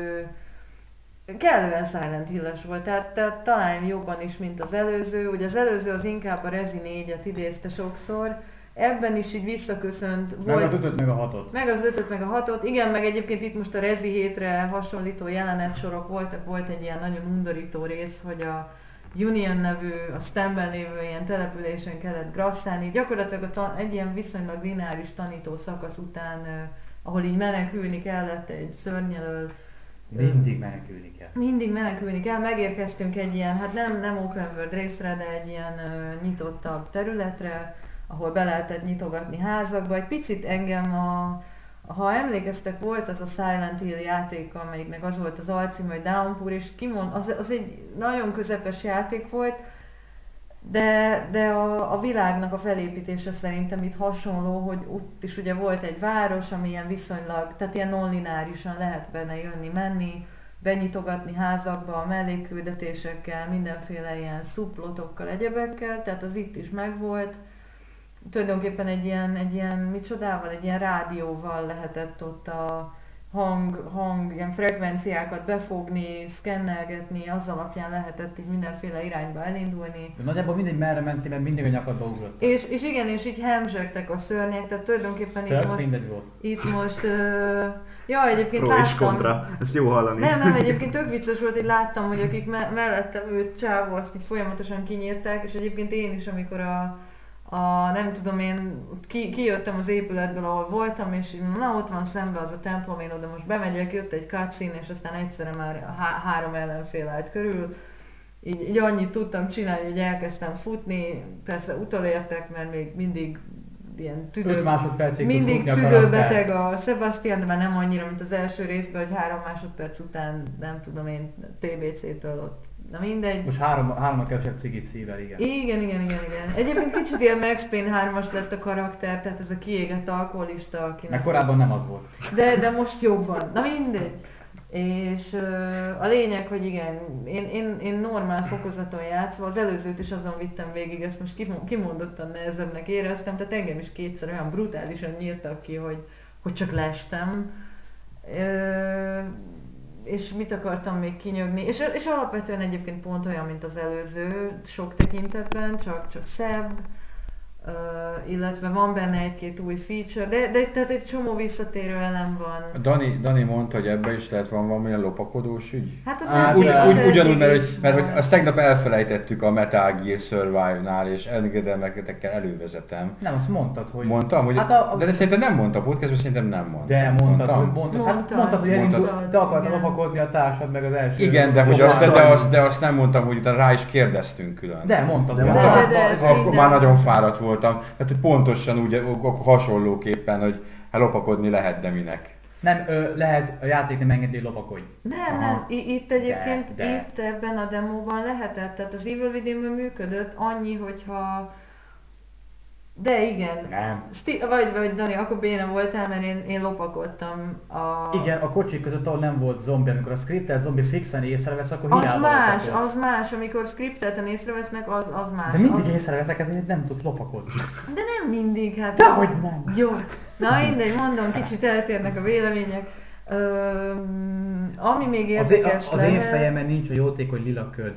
kellően Silent Hill-es volt, tehát, tehát talán jobban is, mint az előző. Ugye az előző az inkább a Rezi négyet idézte sokszor, ebben is így visszaköszönt. Meg volt, az ötöt, meg a hatot. Meg az ötöt, meg a hatot. Igen, meg egyébként itt most a Rezi hétre hasonlító jelenetsorok voltak, volt egy ilyen nagyon undorító rész, hogy a Union nevű, a Stanben lévő ilyen településen kellett grasszálni. Gyakorlatilag a ta- egy ilyen viszonylag lineáris tanító szakasz után, uh, ahol így menekülni kellett egy szörnyelől. Mindig menekülni kell. Mindig menekülni kell. Megérkeztünk egy ilyen, hát nem, nem open world részre, de egy ilyen uh, nyitottabb területre, ahol be lehetett nyitogatni házakba. Egy picit engem a, ha emlékeztek, volt az a Silent Hill játék, amelyiknek az volt az alcím, hogy Downpour, és kimond, az, az egy nagyon közepes játék volt. De, de a, a világnak a felépítése szerintem itt hasonló, hogy ott is ugye volt egy város, ami ilyen viszonylag, tehát ilyen non-lineárisan lehet benne jönni-menni, benyitogatni házakba a mellékküldetésekkel, mindenféle ilyen szubplotokkal, egyebekkel, tehát az itt is megvolt. Tulajdonképpen egy ilyen, egy ilyen micsodával, egy ilyen rádióval lehetett ott a hang, hang ilyen frekvenciákat befogni, szkennelgetni, az alapján lehetett így mindenféle irányba elindulni. De nagyjából mindegy merre mentél, mert mindig a nyakadba ugrott. És, és igen, és így hemzsegtek a szörnyek, tehát tulajdonképpen Tök itt most... mindegy volt. Itt most... Uh, ja, egyébként Pro és láttam... kontra, ezt jó hallani. Nem, nem, egyébként tök vicces volt, hogy láttam, hogy akik me- mellettem őt csávó, azt így folyamatosan kinyírták, és egyébként én is, amikor a A, nem tudom, én ki, kijöttem az épületből, ahol voltam, és na ott van szembe az a templom, én oda most bemegyek, jött egy cutscene, és aztán egyszerre már há- három ellenfél állt körül. Így, így annyit tudtam csinálni, hogy elkezdtem futni, persze utolértek, mert még mindig ilyen tüdő... öt másodpercig mindig tüdőbeteg a Sebastian, de már nem annyira, mint az első részben, hogy három másodperc után, nem tudom én, té bé cé-től ott. Na mindegy. Most három, háromnak kevesebb cigit szível, igen. Igen, igen, igen, igen. Egyébként kicsit ilyen Max Payne hármas lett a karakter, tehát ez a kiégett alkoholista, akinek... Mert korábban nem az volt. De, de most jobban. Na mindegy. És uh, a lényeg, hogy igen, én, én, én normál fokozaton játszva, az előzőt is azon vittem végig, ezt most kimondottan nehezebbnek éreztem, tehát engem is kétszer olyan brutálisan nyírtak ki, hogy, hogy csak leestem. Uh, és mit akartam még kinyögni, és, és alapvetően egyébként pont olyan, mint az előző, sok tekintetben, csak, csak szebb, uh, illetve van benne egy-két új feature, de, de tehát egy csomó visszatérő elem van. Dani, Dani mondta, hogy ebben is lehet van valamilyen lopakodós ügy? Hát az Á, Úgy, az úgy, ugyanúgy, mert, hogy, is mert hogy van. azt tegnap elfelejtettük a Metal Gear Survive-nál, és engedelmekkel elővezetem. Nem, azt mondtad, hogy... Mondtam, hogy... Hát a- a- de szerintem nem mondta a podcastban, szerintem nem mondta. De mondtad, Mondtam? hogy mondtad, hát Mondtad. mondtad, hogy elindult, Mondtad, te akartad igen. lopakodni a társad meg az első... Igen, de, hogy Jobbára. azt, de, de, azt, de azt nem mondtam, hogy utána rá is kérdeztünk külön. De mondtad, De hogy mondtad. a- De, de, ez Akkor minden. már nagyon fáradt voltam. Tehát pontosan úgy akkor hasonlóképpen, hogy hát lopakodni lehet, de minek. Nem, ö, lehet a játék nem engedi, hogy lopakodj. Nem, Aha. nem, I- itt egyébként, De, de. itt ebben a demóban lehetett, tehát az Evil Within-ben működött annyi, hogyha... De igen. Nem. Sti- vagy, vagy Dani, akkor béna voltál, mert én, én lopakodtam a... Igen, a kocsik között, ahol nem volt zombi, amikor a scriptelt zombi fixen észrevesz, akkor Az hiába más, lopakodsz. az más, amikor scriptelten észrevesznek, az, az más. De mindig az... észreveszek, ezért nem tudsz lopakodni. De nem mindig, hát... Dehogy nem. Jó. Na mindegy, mondom, kicsit eltérnek a vélemények. Öm, ami még Az, érdekes az én lehet... fejemben nincs a jótékony lila köd.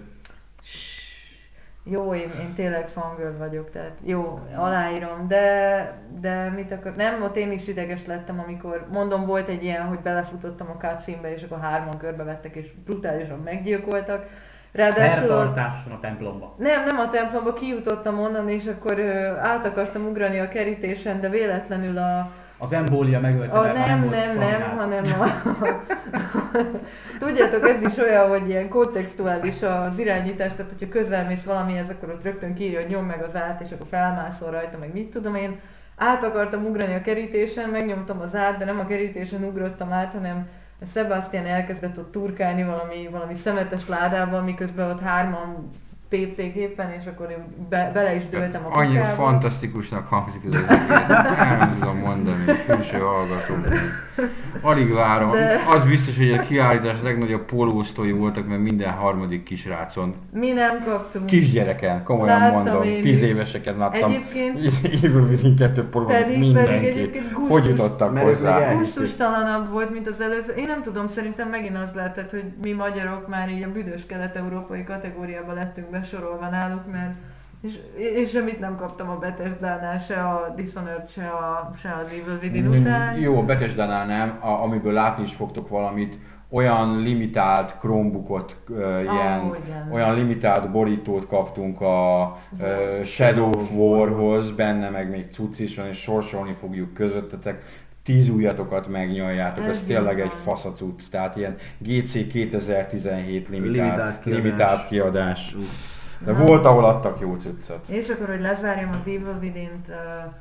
Jó, én, én tényleg fangirl vagyok, tehát jó, aláírom, de, de mit akar... Nem, ott én is ideges lettem, amikor, mondom, volt egy ilyen, hogy belefutottam a cutscene-be, és akkor hárman körbevettek, és brutálisan meggyilkoltak. Ráadásul... Szertartáson a templomba. Nem, nem a templomba, kijutottam onnan, és akkor ö, át akartam ugrani a kerítésen, de véletlenül a... Az embólia megölte, a mert már nem, volt nem, nem, slangád. hanem a... Tudjátok, ez is olyan, hogy ilyen kontextuális az irányítás, tehát hogyha közel mész valamihez, akkor ott rögtön kiírja, hogy nyom meg az át, és akkor felmászol rajta, meg mit tudom én. Át akartam ugrani a kerítésen, megnyomtam az át, de nem a kerítésen ugrottam át, hanem Sebastian elkezdett ott turkálni valami, valami szemetes ládában, miközben ott hárman tépték éppen, és akkor én be, bele is dőltem a Annyira kukába. fantasztikusnak hangzik ez az egész. Nem tudom mondani, külső hallgató. Alig várom. De- Az biztos, hogy a kiállítás legnagyobb pólóosztói voltak, mert minden harmadik kisrácon. Mi nem kaptunk. Kisgyereken, komolyan Láttam mondom. én Tíz is. éveseket láttam. Egyébként Evil Within kettő pólóban pedig, pedig mindenkit. egyébként Hogy gusztus, jutottak Mert ők még hozzá? el- gusztustalanabb volt, mint az előző. Én nem tudom, szerintem megint az lehetett, hogy mi magyarok már így a büdös kelet-európai kategóriába lettünk besorolva náluk, mert és, és semmit nem kaptam a Bethesda-nál, se a Dishonored, se, a, se az Evil Within után. Jó, a Bethesda-nál nem, a, amiből látni is fogtok valamit, olyan limitált Chromebookot, uh, ilyen, Ó, igen. olyan limitált borítót kaptunk a uh, Shadow of Warhoz, benne meg még cucc is van, és sorsolni fogjuk közöttetek. Tíz ujjatokat megnyaljátok, Ez ez tényleg így egy van. faszacucc, tehát ilyen gé cé kétezer-tizenhét limitált, Limitált kiadás. limitált kiadás. De Na. volt, ahol adtak jó cuccot. És akkor, hogy lezárjam az Evil Within-t, uh,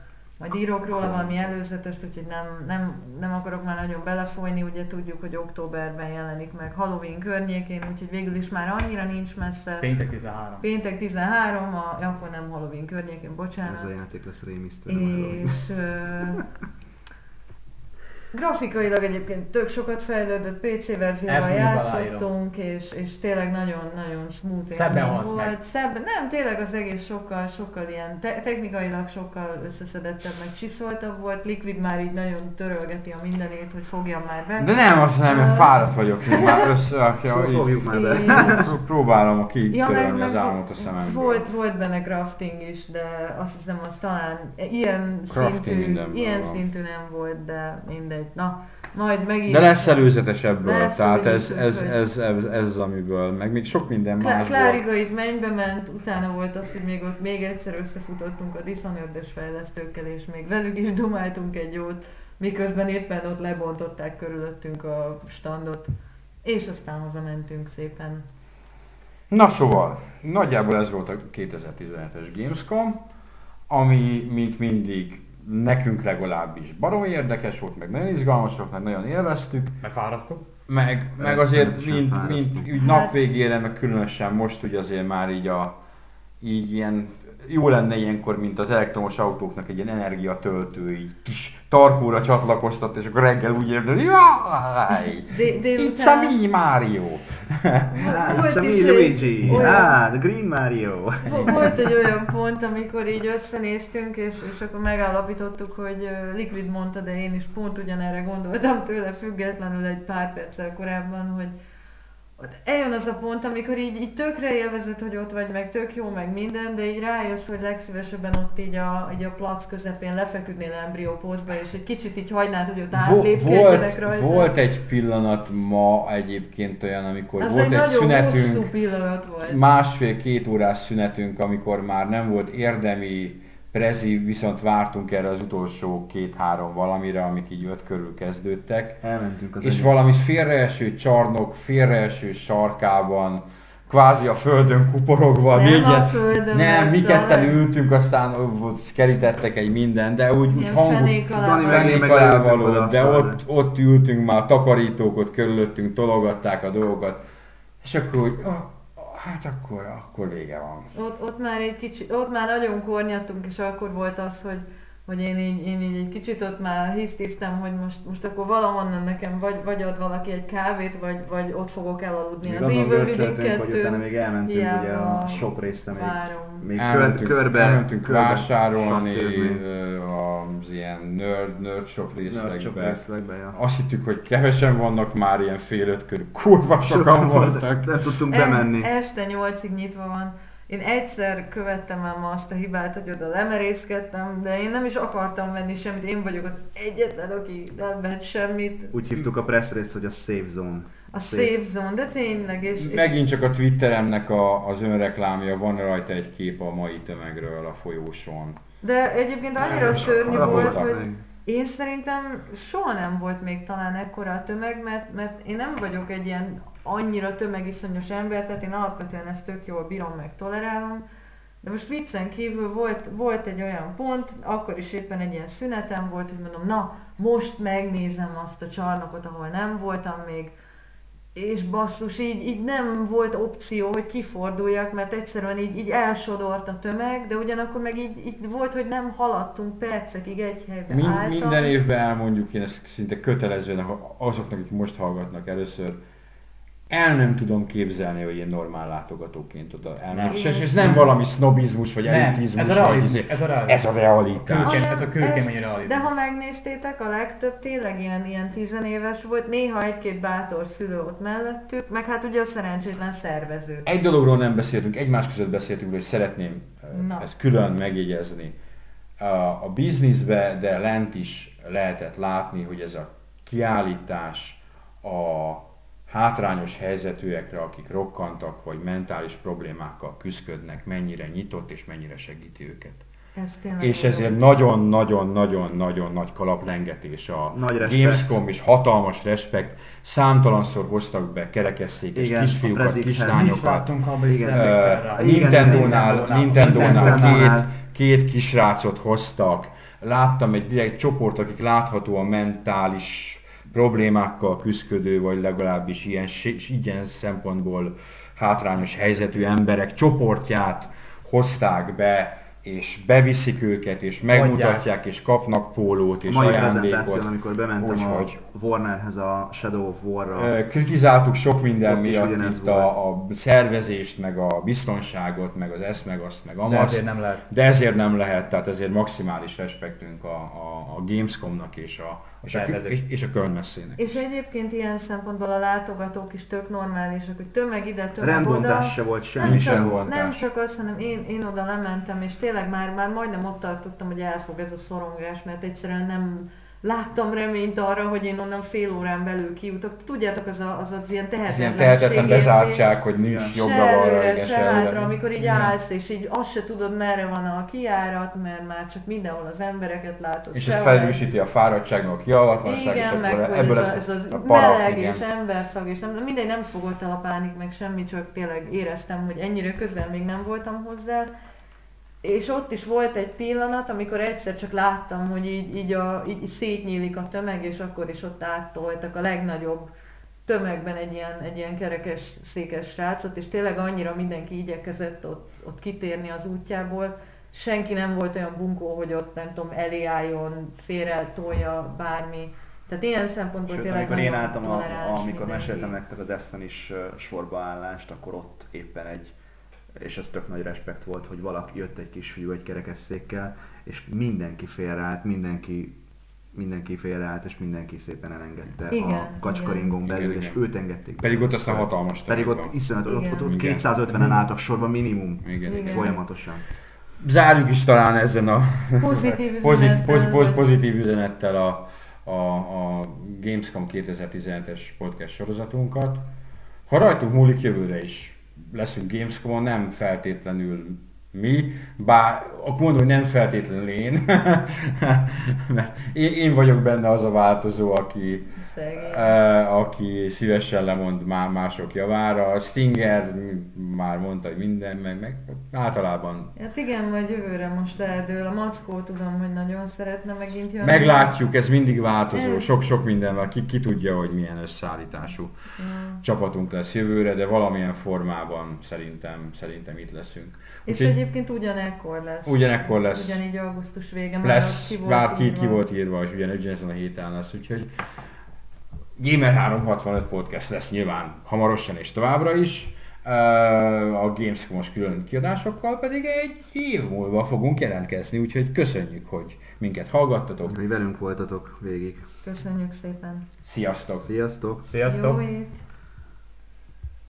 majd írok róla valami előzetest, úgyhogy nem, nem, nem akarok már nagyon belefolyni, ugye tudjuk, hogy októberben jelenik meg Halloween környékén, úgyhogy végül is már annyira nincs messze. Péntek tizenhárom. Péntek tizenhárom, a, akkor nem Halloween környékén, bocsánat. Ez a játék lesz rémisztő. És uh, grafikailag egyébként tök sokat fejlődött, pé cé verzióval játszottunk, és, és tényleg nagyon-nagyon smooth élmény volt. Meg. Szebb, nem, tényleg az egész sokkal, sokkal ilyen te- technikailag sokkal összeszedettebb, meg csiszoltabb volt. Liquid már így nagyon törölgeti a mindenét, hogy fogjam már be. De nem, azt nem, mert fáradt vagyok, én már összerakja. Fogjuk már be. Próbálom kitörölni ja, meg, az meg álmot a szememből. Volt, volt benne crafting is, de azt hiszem, az talán ilyen szintű, ilyen szintű nem volt, de mindegy. Na, majd megint... De lesz előzetes ebből, lesz, tehát ez, ez, ez, ez, ez amiből, meg még sok minden Klá- más Kláriga volt. itt mennybe ment, utána volt az, hogy még ott még egyszer összefutottunk a Dishonored-es fejlesztőkkel, és még velük is dumáltunk egy jót, miközben éppen ott lebontották körülöttünk a standot, és aztán hazamentünk szépen. Na szóval, nagyjából ez volt a kétezer-tizenhetes Gamescom, ami mint mindig nekünk legalábbis baromi érdekes volt, meg nagyon izgalmas volt, meg nagyon élveztük. Meg fárasztó. Meg, meg azért, mint, mint úgy nap végére, meg különösen most ugye azért már így a, így ilyen, jó lenne ilyenkor, mint az elektromos autóknak egy ilyen energiatöltő, így kis tarkóra csatlakoztat, és akkor reggel úgy érted, jaj, it's a me Mario. It's a me Luigi, ah, the Green Mario. Volt egy olyan pont, amikor így összenéztünk, és, és akkor megállapítottuk, hogy Liquid mondta, de én is pont ugyanerre gondoltam tőle függetlenül egy pár perccel korábban, hogy eljön az a pont, amikor így, így tökre élvezed, hogy ott vagy, meg tök jó, meg minden, de így rájössz, hogy legszívesebben ott így a, így a plac közepén lefeküdnél embrió pózba, és egy kicsit így hagynád, hogy ott átlépkedjenek rajta. Volt egy pillanat ma egyébként olyan, amikor az volt egy, egy szünetünk, volt. másfél-két órás szünetünk, amikor már nem volt érdemi prezi, viszont vártunk erre az utolsó két-három valamire, amik így öt körül kezdődtek. Elmentünk az és egyik. valami félreeső csarnok, félreeső sarkában, kvázi a földön kuporogva. Nem négyen, a földön. Nem, mi talán... ketten ültünk, aztán kerítettek egy minden, de úgy, úgy hangú, fenék alá, fenék alá való, de ott, ott ültünk már, a takarítók ott körülöttünk, tologatták a dolgokat. És akkor úgy, oh, hát akkor, akkor vége van. Ott, ott már egy kicsit, ott már nagyon kornyadtunk, és akkor volt az, hogy, hogy én, így, én így egy kicsit ott már hisztisztem, hogy most, most akkor valahonnan nekem vagy, vagy ad valaki egy kávét, vagy, vagy ott fogok elaludni. Még az azon Evil Within görcsöltünk, hogy utána még elmentünk hiába ugye a shop részre még, még elmentünk, kör, körbe, elmentünk körbe vásárolni sasszézni. az ilyen nerd, nerd shop részlegbe. részlegbe ja. Azt hittük, hogy kevesen vannak már ilyen fél öt körül, kurva sokan voltak. Nem tudtunk bemenni. Este nyolcig nyitva van. Én egyszer követtem el ma azt a hibát, hogy oda lemerészkedtem, de én nem is akartam venni semmit, én vagyok az egyetlen, aki nem vett semmit. Úgy hívtuk a press részt, hogy a safe zone. A safe, safe zone, de tényleg. És, és megint csak a Twitteremnek a, az önreklámja, van rajta egy kép a mai tömegről a folyóson. De egyébként annyira szörnyű volt, hogy meg. Én szerintem soha nem volt még talán ekkora a tömeg, mert, mert én nem vagyok egy ilyen annyira tömegiszonyos ember, tehát én alapvetően ezt tök jól bírom, meg tolerálom. De most viccen kívül volt, volt egy olyan pont, akkor is éppen egy ilyen szünetem volt, hogy mondom, na, most megnézem azt a csarnokot, ahol nem voltam még, és basszus, így, így nem volt opció, hogy kiforduljak, mert egyszerűen így, így elsodort a tömeg, de ugyanakkor meg így, így volt, hogy nem haladtunk percekig egy helyben Mind, álltam. Minden évben elmondjuk, én ezt szinte kötelezően azoknak, akik most hallgatnak először, el nem tudom képzelni, hogy én normál látogatóként oda elmegyek. És ez nem valami sznobizmus, vagy elitizmus. Ez a realizmus. Ez a realizmus. Ez a realitás. Kőke, ez a kőkemény realizmus. De ha megnéztétek, a legtöbb tényleg ilyen, ilyen tizenéves volt, néha egy-két bátor szülő ott mellettük, meg hát ugye a szerencsétlen szervező. Egy dologról nem beszéltünk, egymás között beszéltünk, hogy szeretném Na. ezt külön megjegyezni. A bizniszbe, de lent is lehetett látni, hogy ez a kiállítás a hátrányos helyzetűekre, akik rokkantak, vagy mentális problémákkal küzdködnek, mennyire nyitott és mennyire segíti őket. Ez és ezért nagyon-nagyon-nagyon-nagyon nagy kalaplengetés a nagy Gamescom, és hatalmas respekt. Számtalanszor hoztak be kerekesszékes kisfiúkat, kislányokat. Uh, Nintendónál, Nintendónál két, két kisrácot hoztak. láttam egy direkt csoport, akik láthatóan mentális problémákkal küzdő, vagy legalábbis ilyen, ilyen szempontból hátrányos helyzetű emberek csoportját hozták be, és beviszik őket, és megmutatják, Adják. és kapnak pólót, és a mai ajándékot. prezentáción, amikor bementem Úgy, a hogy Warnerhez, a Shadow of War-ra. Kritizáltuk sok minden miatt itt a, a volt. szervezést, meg a biztonságot, meg az ezt, meg azt, meg amazt. De ezért nem lehet. De ezért nem lehet, tehát ezért maximális respektünk a, a, a Gamescomnak és a, és a, és, és a Kölnmesszének. És egyébként ilyen szempontból a látogatók is tök normálisak, hogy tömeg ide, tömeg rendbontás oda. se volt semmi. Nem sem csak, nem csak az, hanem én, én oda lementem, és tényleg már, már majdnem ott tartottam, hogy elfog ez a szorongás, mert egyszerűen nem láttam reményt arra, hogy én onnan fél órán belül kijutok. Tudjátok, az a, az, az ilyen tehetetlenség. Ez ilyen tehetetlen bezártság, hogy nincs jobbra balra, se hátra, amikor így igen. állsz, és így azt se tudod, merre van a kijárat, mert már csak mindenhol az embereket látod. És ez felülsíti a fáradtság, a kialvatlanság, igen, és meg akkor hogy ebből ez, lesz ez az a para, meleg igen. és emberszag, és nem, mindegy, nem fogott el a pánik, meg semmi, csak tényleg éreztem, hogy ennyire közel még nem voltam hozzá. És ott is volt egy pillanat, amikor egyszer csak láttam, hogy így, így, a, így szétnyílik a tömeg, és akkor is ott áttoltak a legnagyobb tömegben egy ilyen, egy ilyen kerekes, székes srácot, és tényleg annyira mindenki igyekezett ott, ott kitérni az útjából. Senki nem volt olyan bunkó, hogy ott nem tudom, elé álljon, félre tolja bármi. Tehát ilyen szempontból Sőt, tényleg amikor én álltam, a, amikor mindenki. meséltem nektek a Destiny-s sorbaállást, akkor ott éppen egy, és ez tök nagy respekt volt, hogy valaki jött egy kisfiú egy kerekesszékkel, és mindenki félreállt, mindenki, mindenki félreállt, és mindenki szépen elengedte igen, a kacskaringon belül, igen, és igen. őt engedték. Pedig ott aztán hatalmas Pedig ott van. iszonyat, ott, ott, ott Igen. kétszázötvenen álltak sorban minimum, Igen. Igen. folyamatosan. Zárjuk is talán ezen a Pozitív pozit, üzenettel, poz, poz, vagy- pozitív üzenettel a, a, a Gamescom kétezer-tizenhetes podcast sorozatunkat. Ha rajtunk múlik, jövőre is leszünk Gamescomon, nem feltétlenül mi, bár akkor mondom, hogy nem feltétlenül én, mert én, én vagyok benne az a változó, aki, uh, aki szívesen lemond má, mások javára. Stinger már mondta, hogy minden, meg, meg általában. Hát igen, majd jövőre most eldől. A Mackó tudom, hogy nagyon szeretne megint jönni. Meglátjuk, ez mindig változó, Ez- sok-sok mindenvel, ki, ki tudja, hogy milyen összeállítású Ja. csapatunk lesz jövőre, de valamilyen formában szerintem, szerintem itt leszünk. És Úgyhogy egyébként ugyanekkor lesz. ugyanekkor lesz. Ugyanígy augusztus vége. Már lesz, ott ki volt bár ki, írva. ki volt írva, és ugyan, ugyanezen a héten lesz, úgyhogy Gamer háromszázhatvanöt podcast lesz nyilván hamarosan és továbbra is. Uh, A Gamescom-os külön kiadásokkal pedig egy év múlva fogunk jelentkezni, úgyhogy köszönjük, hogy minket hallgattatok. Hogy velünk voltatok végig. Köszönjük szépen. Sziasztok! Sziasztok! Sziasztok! Jó hét!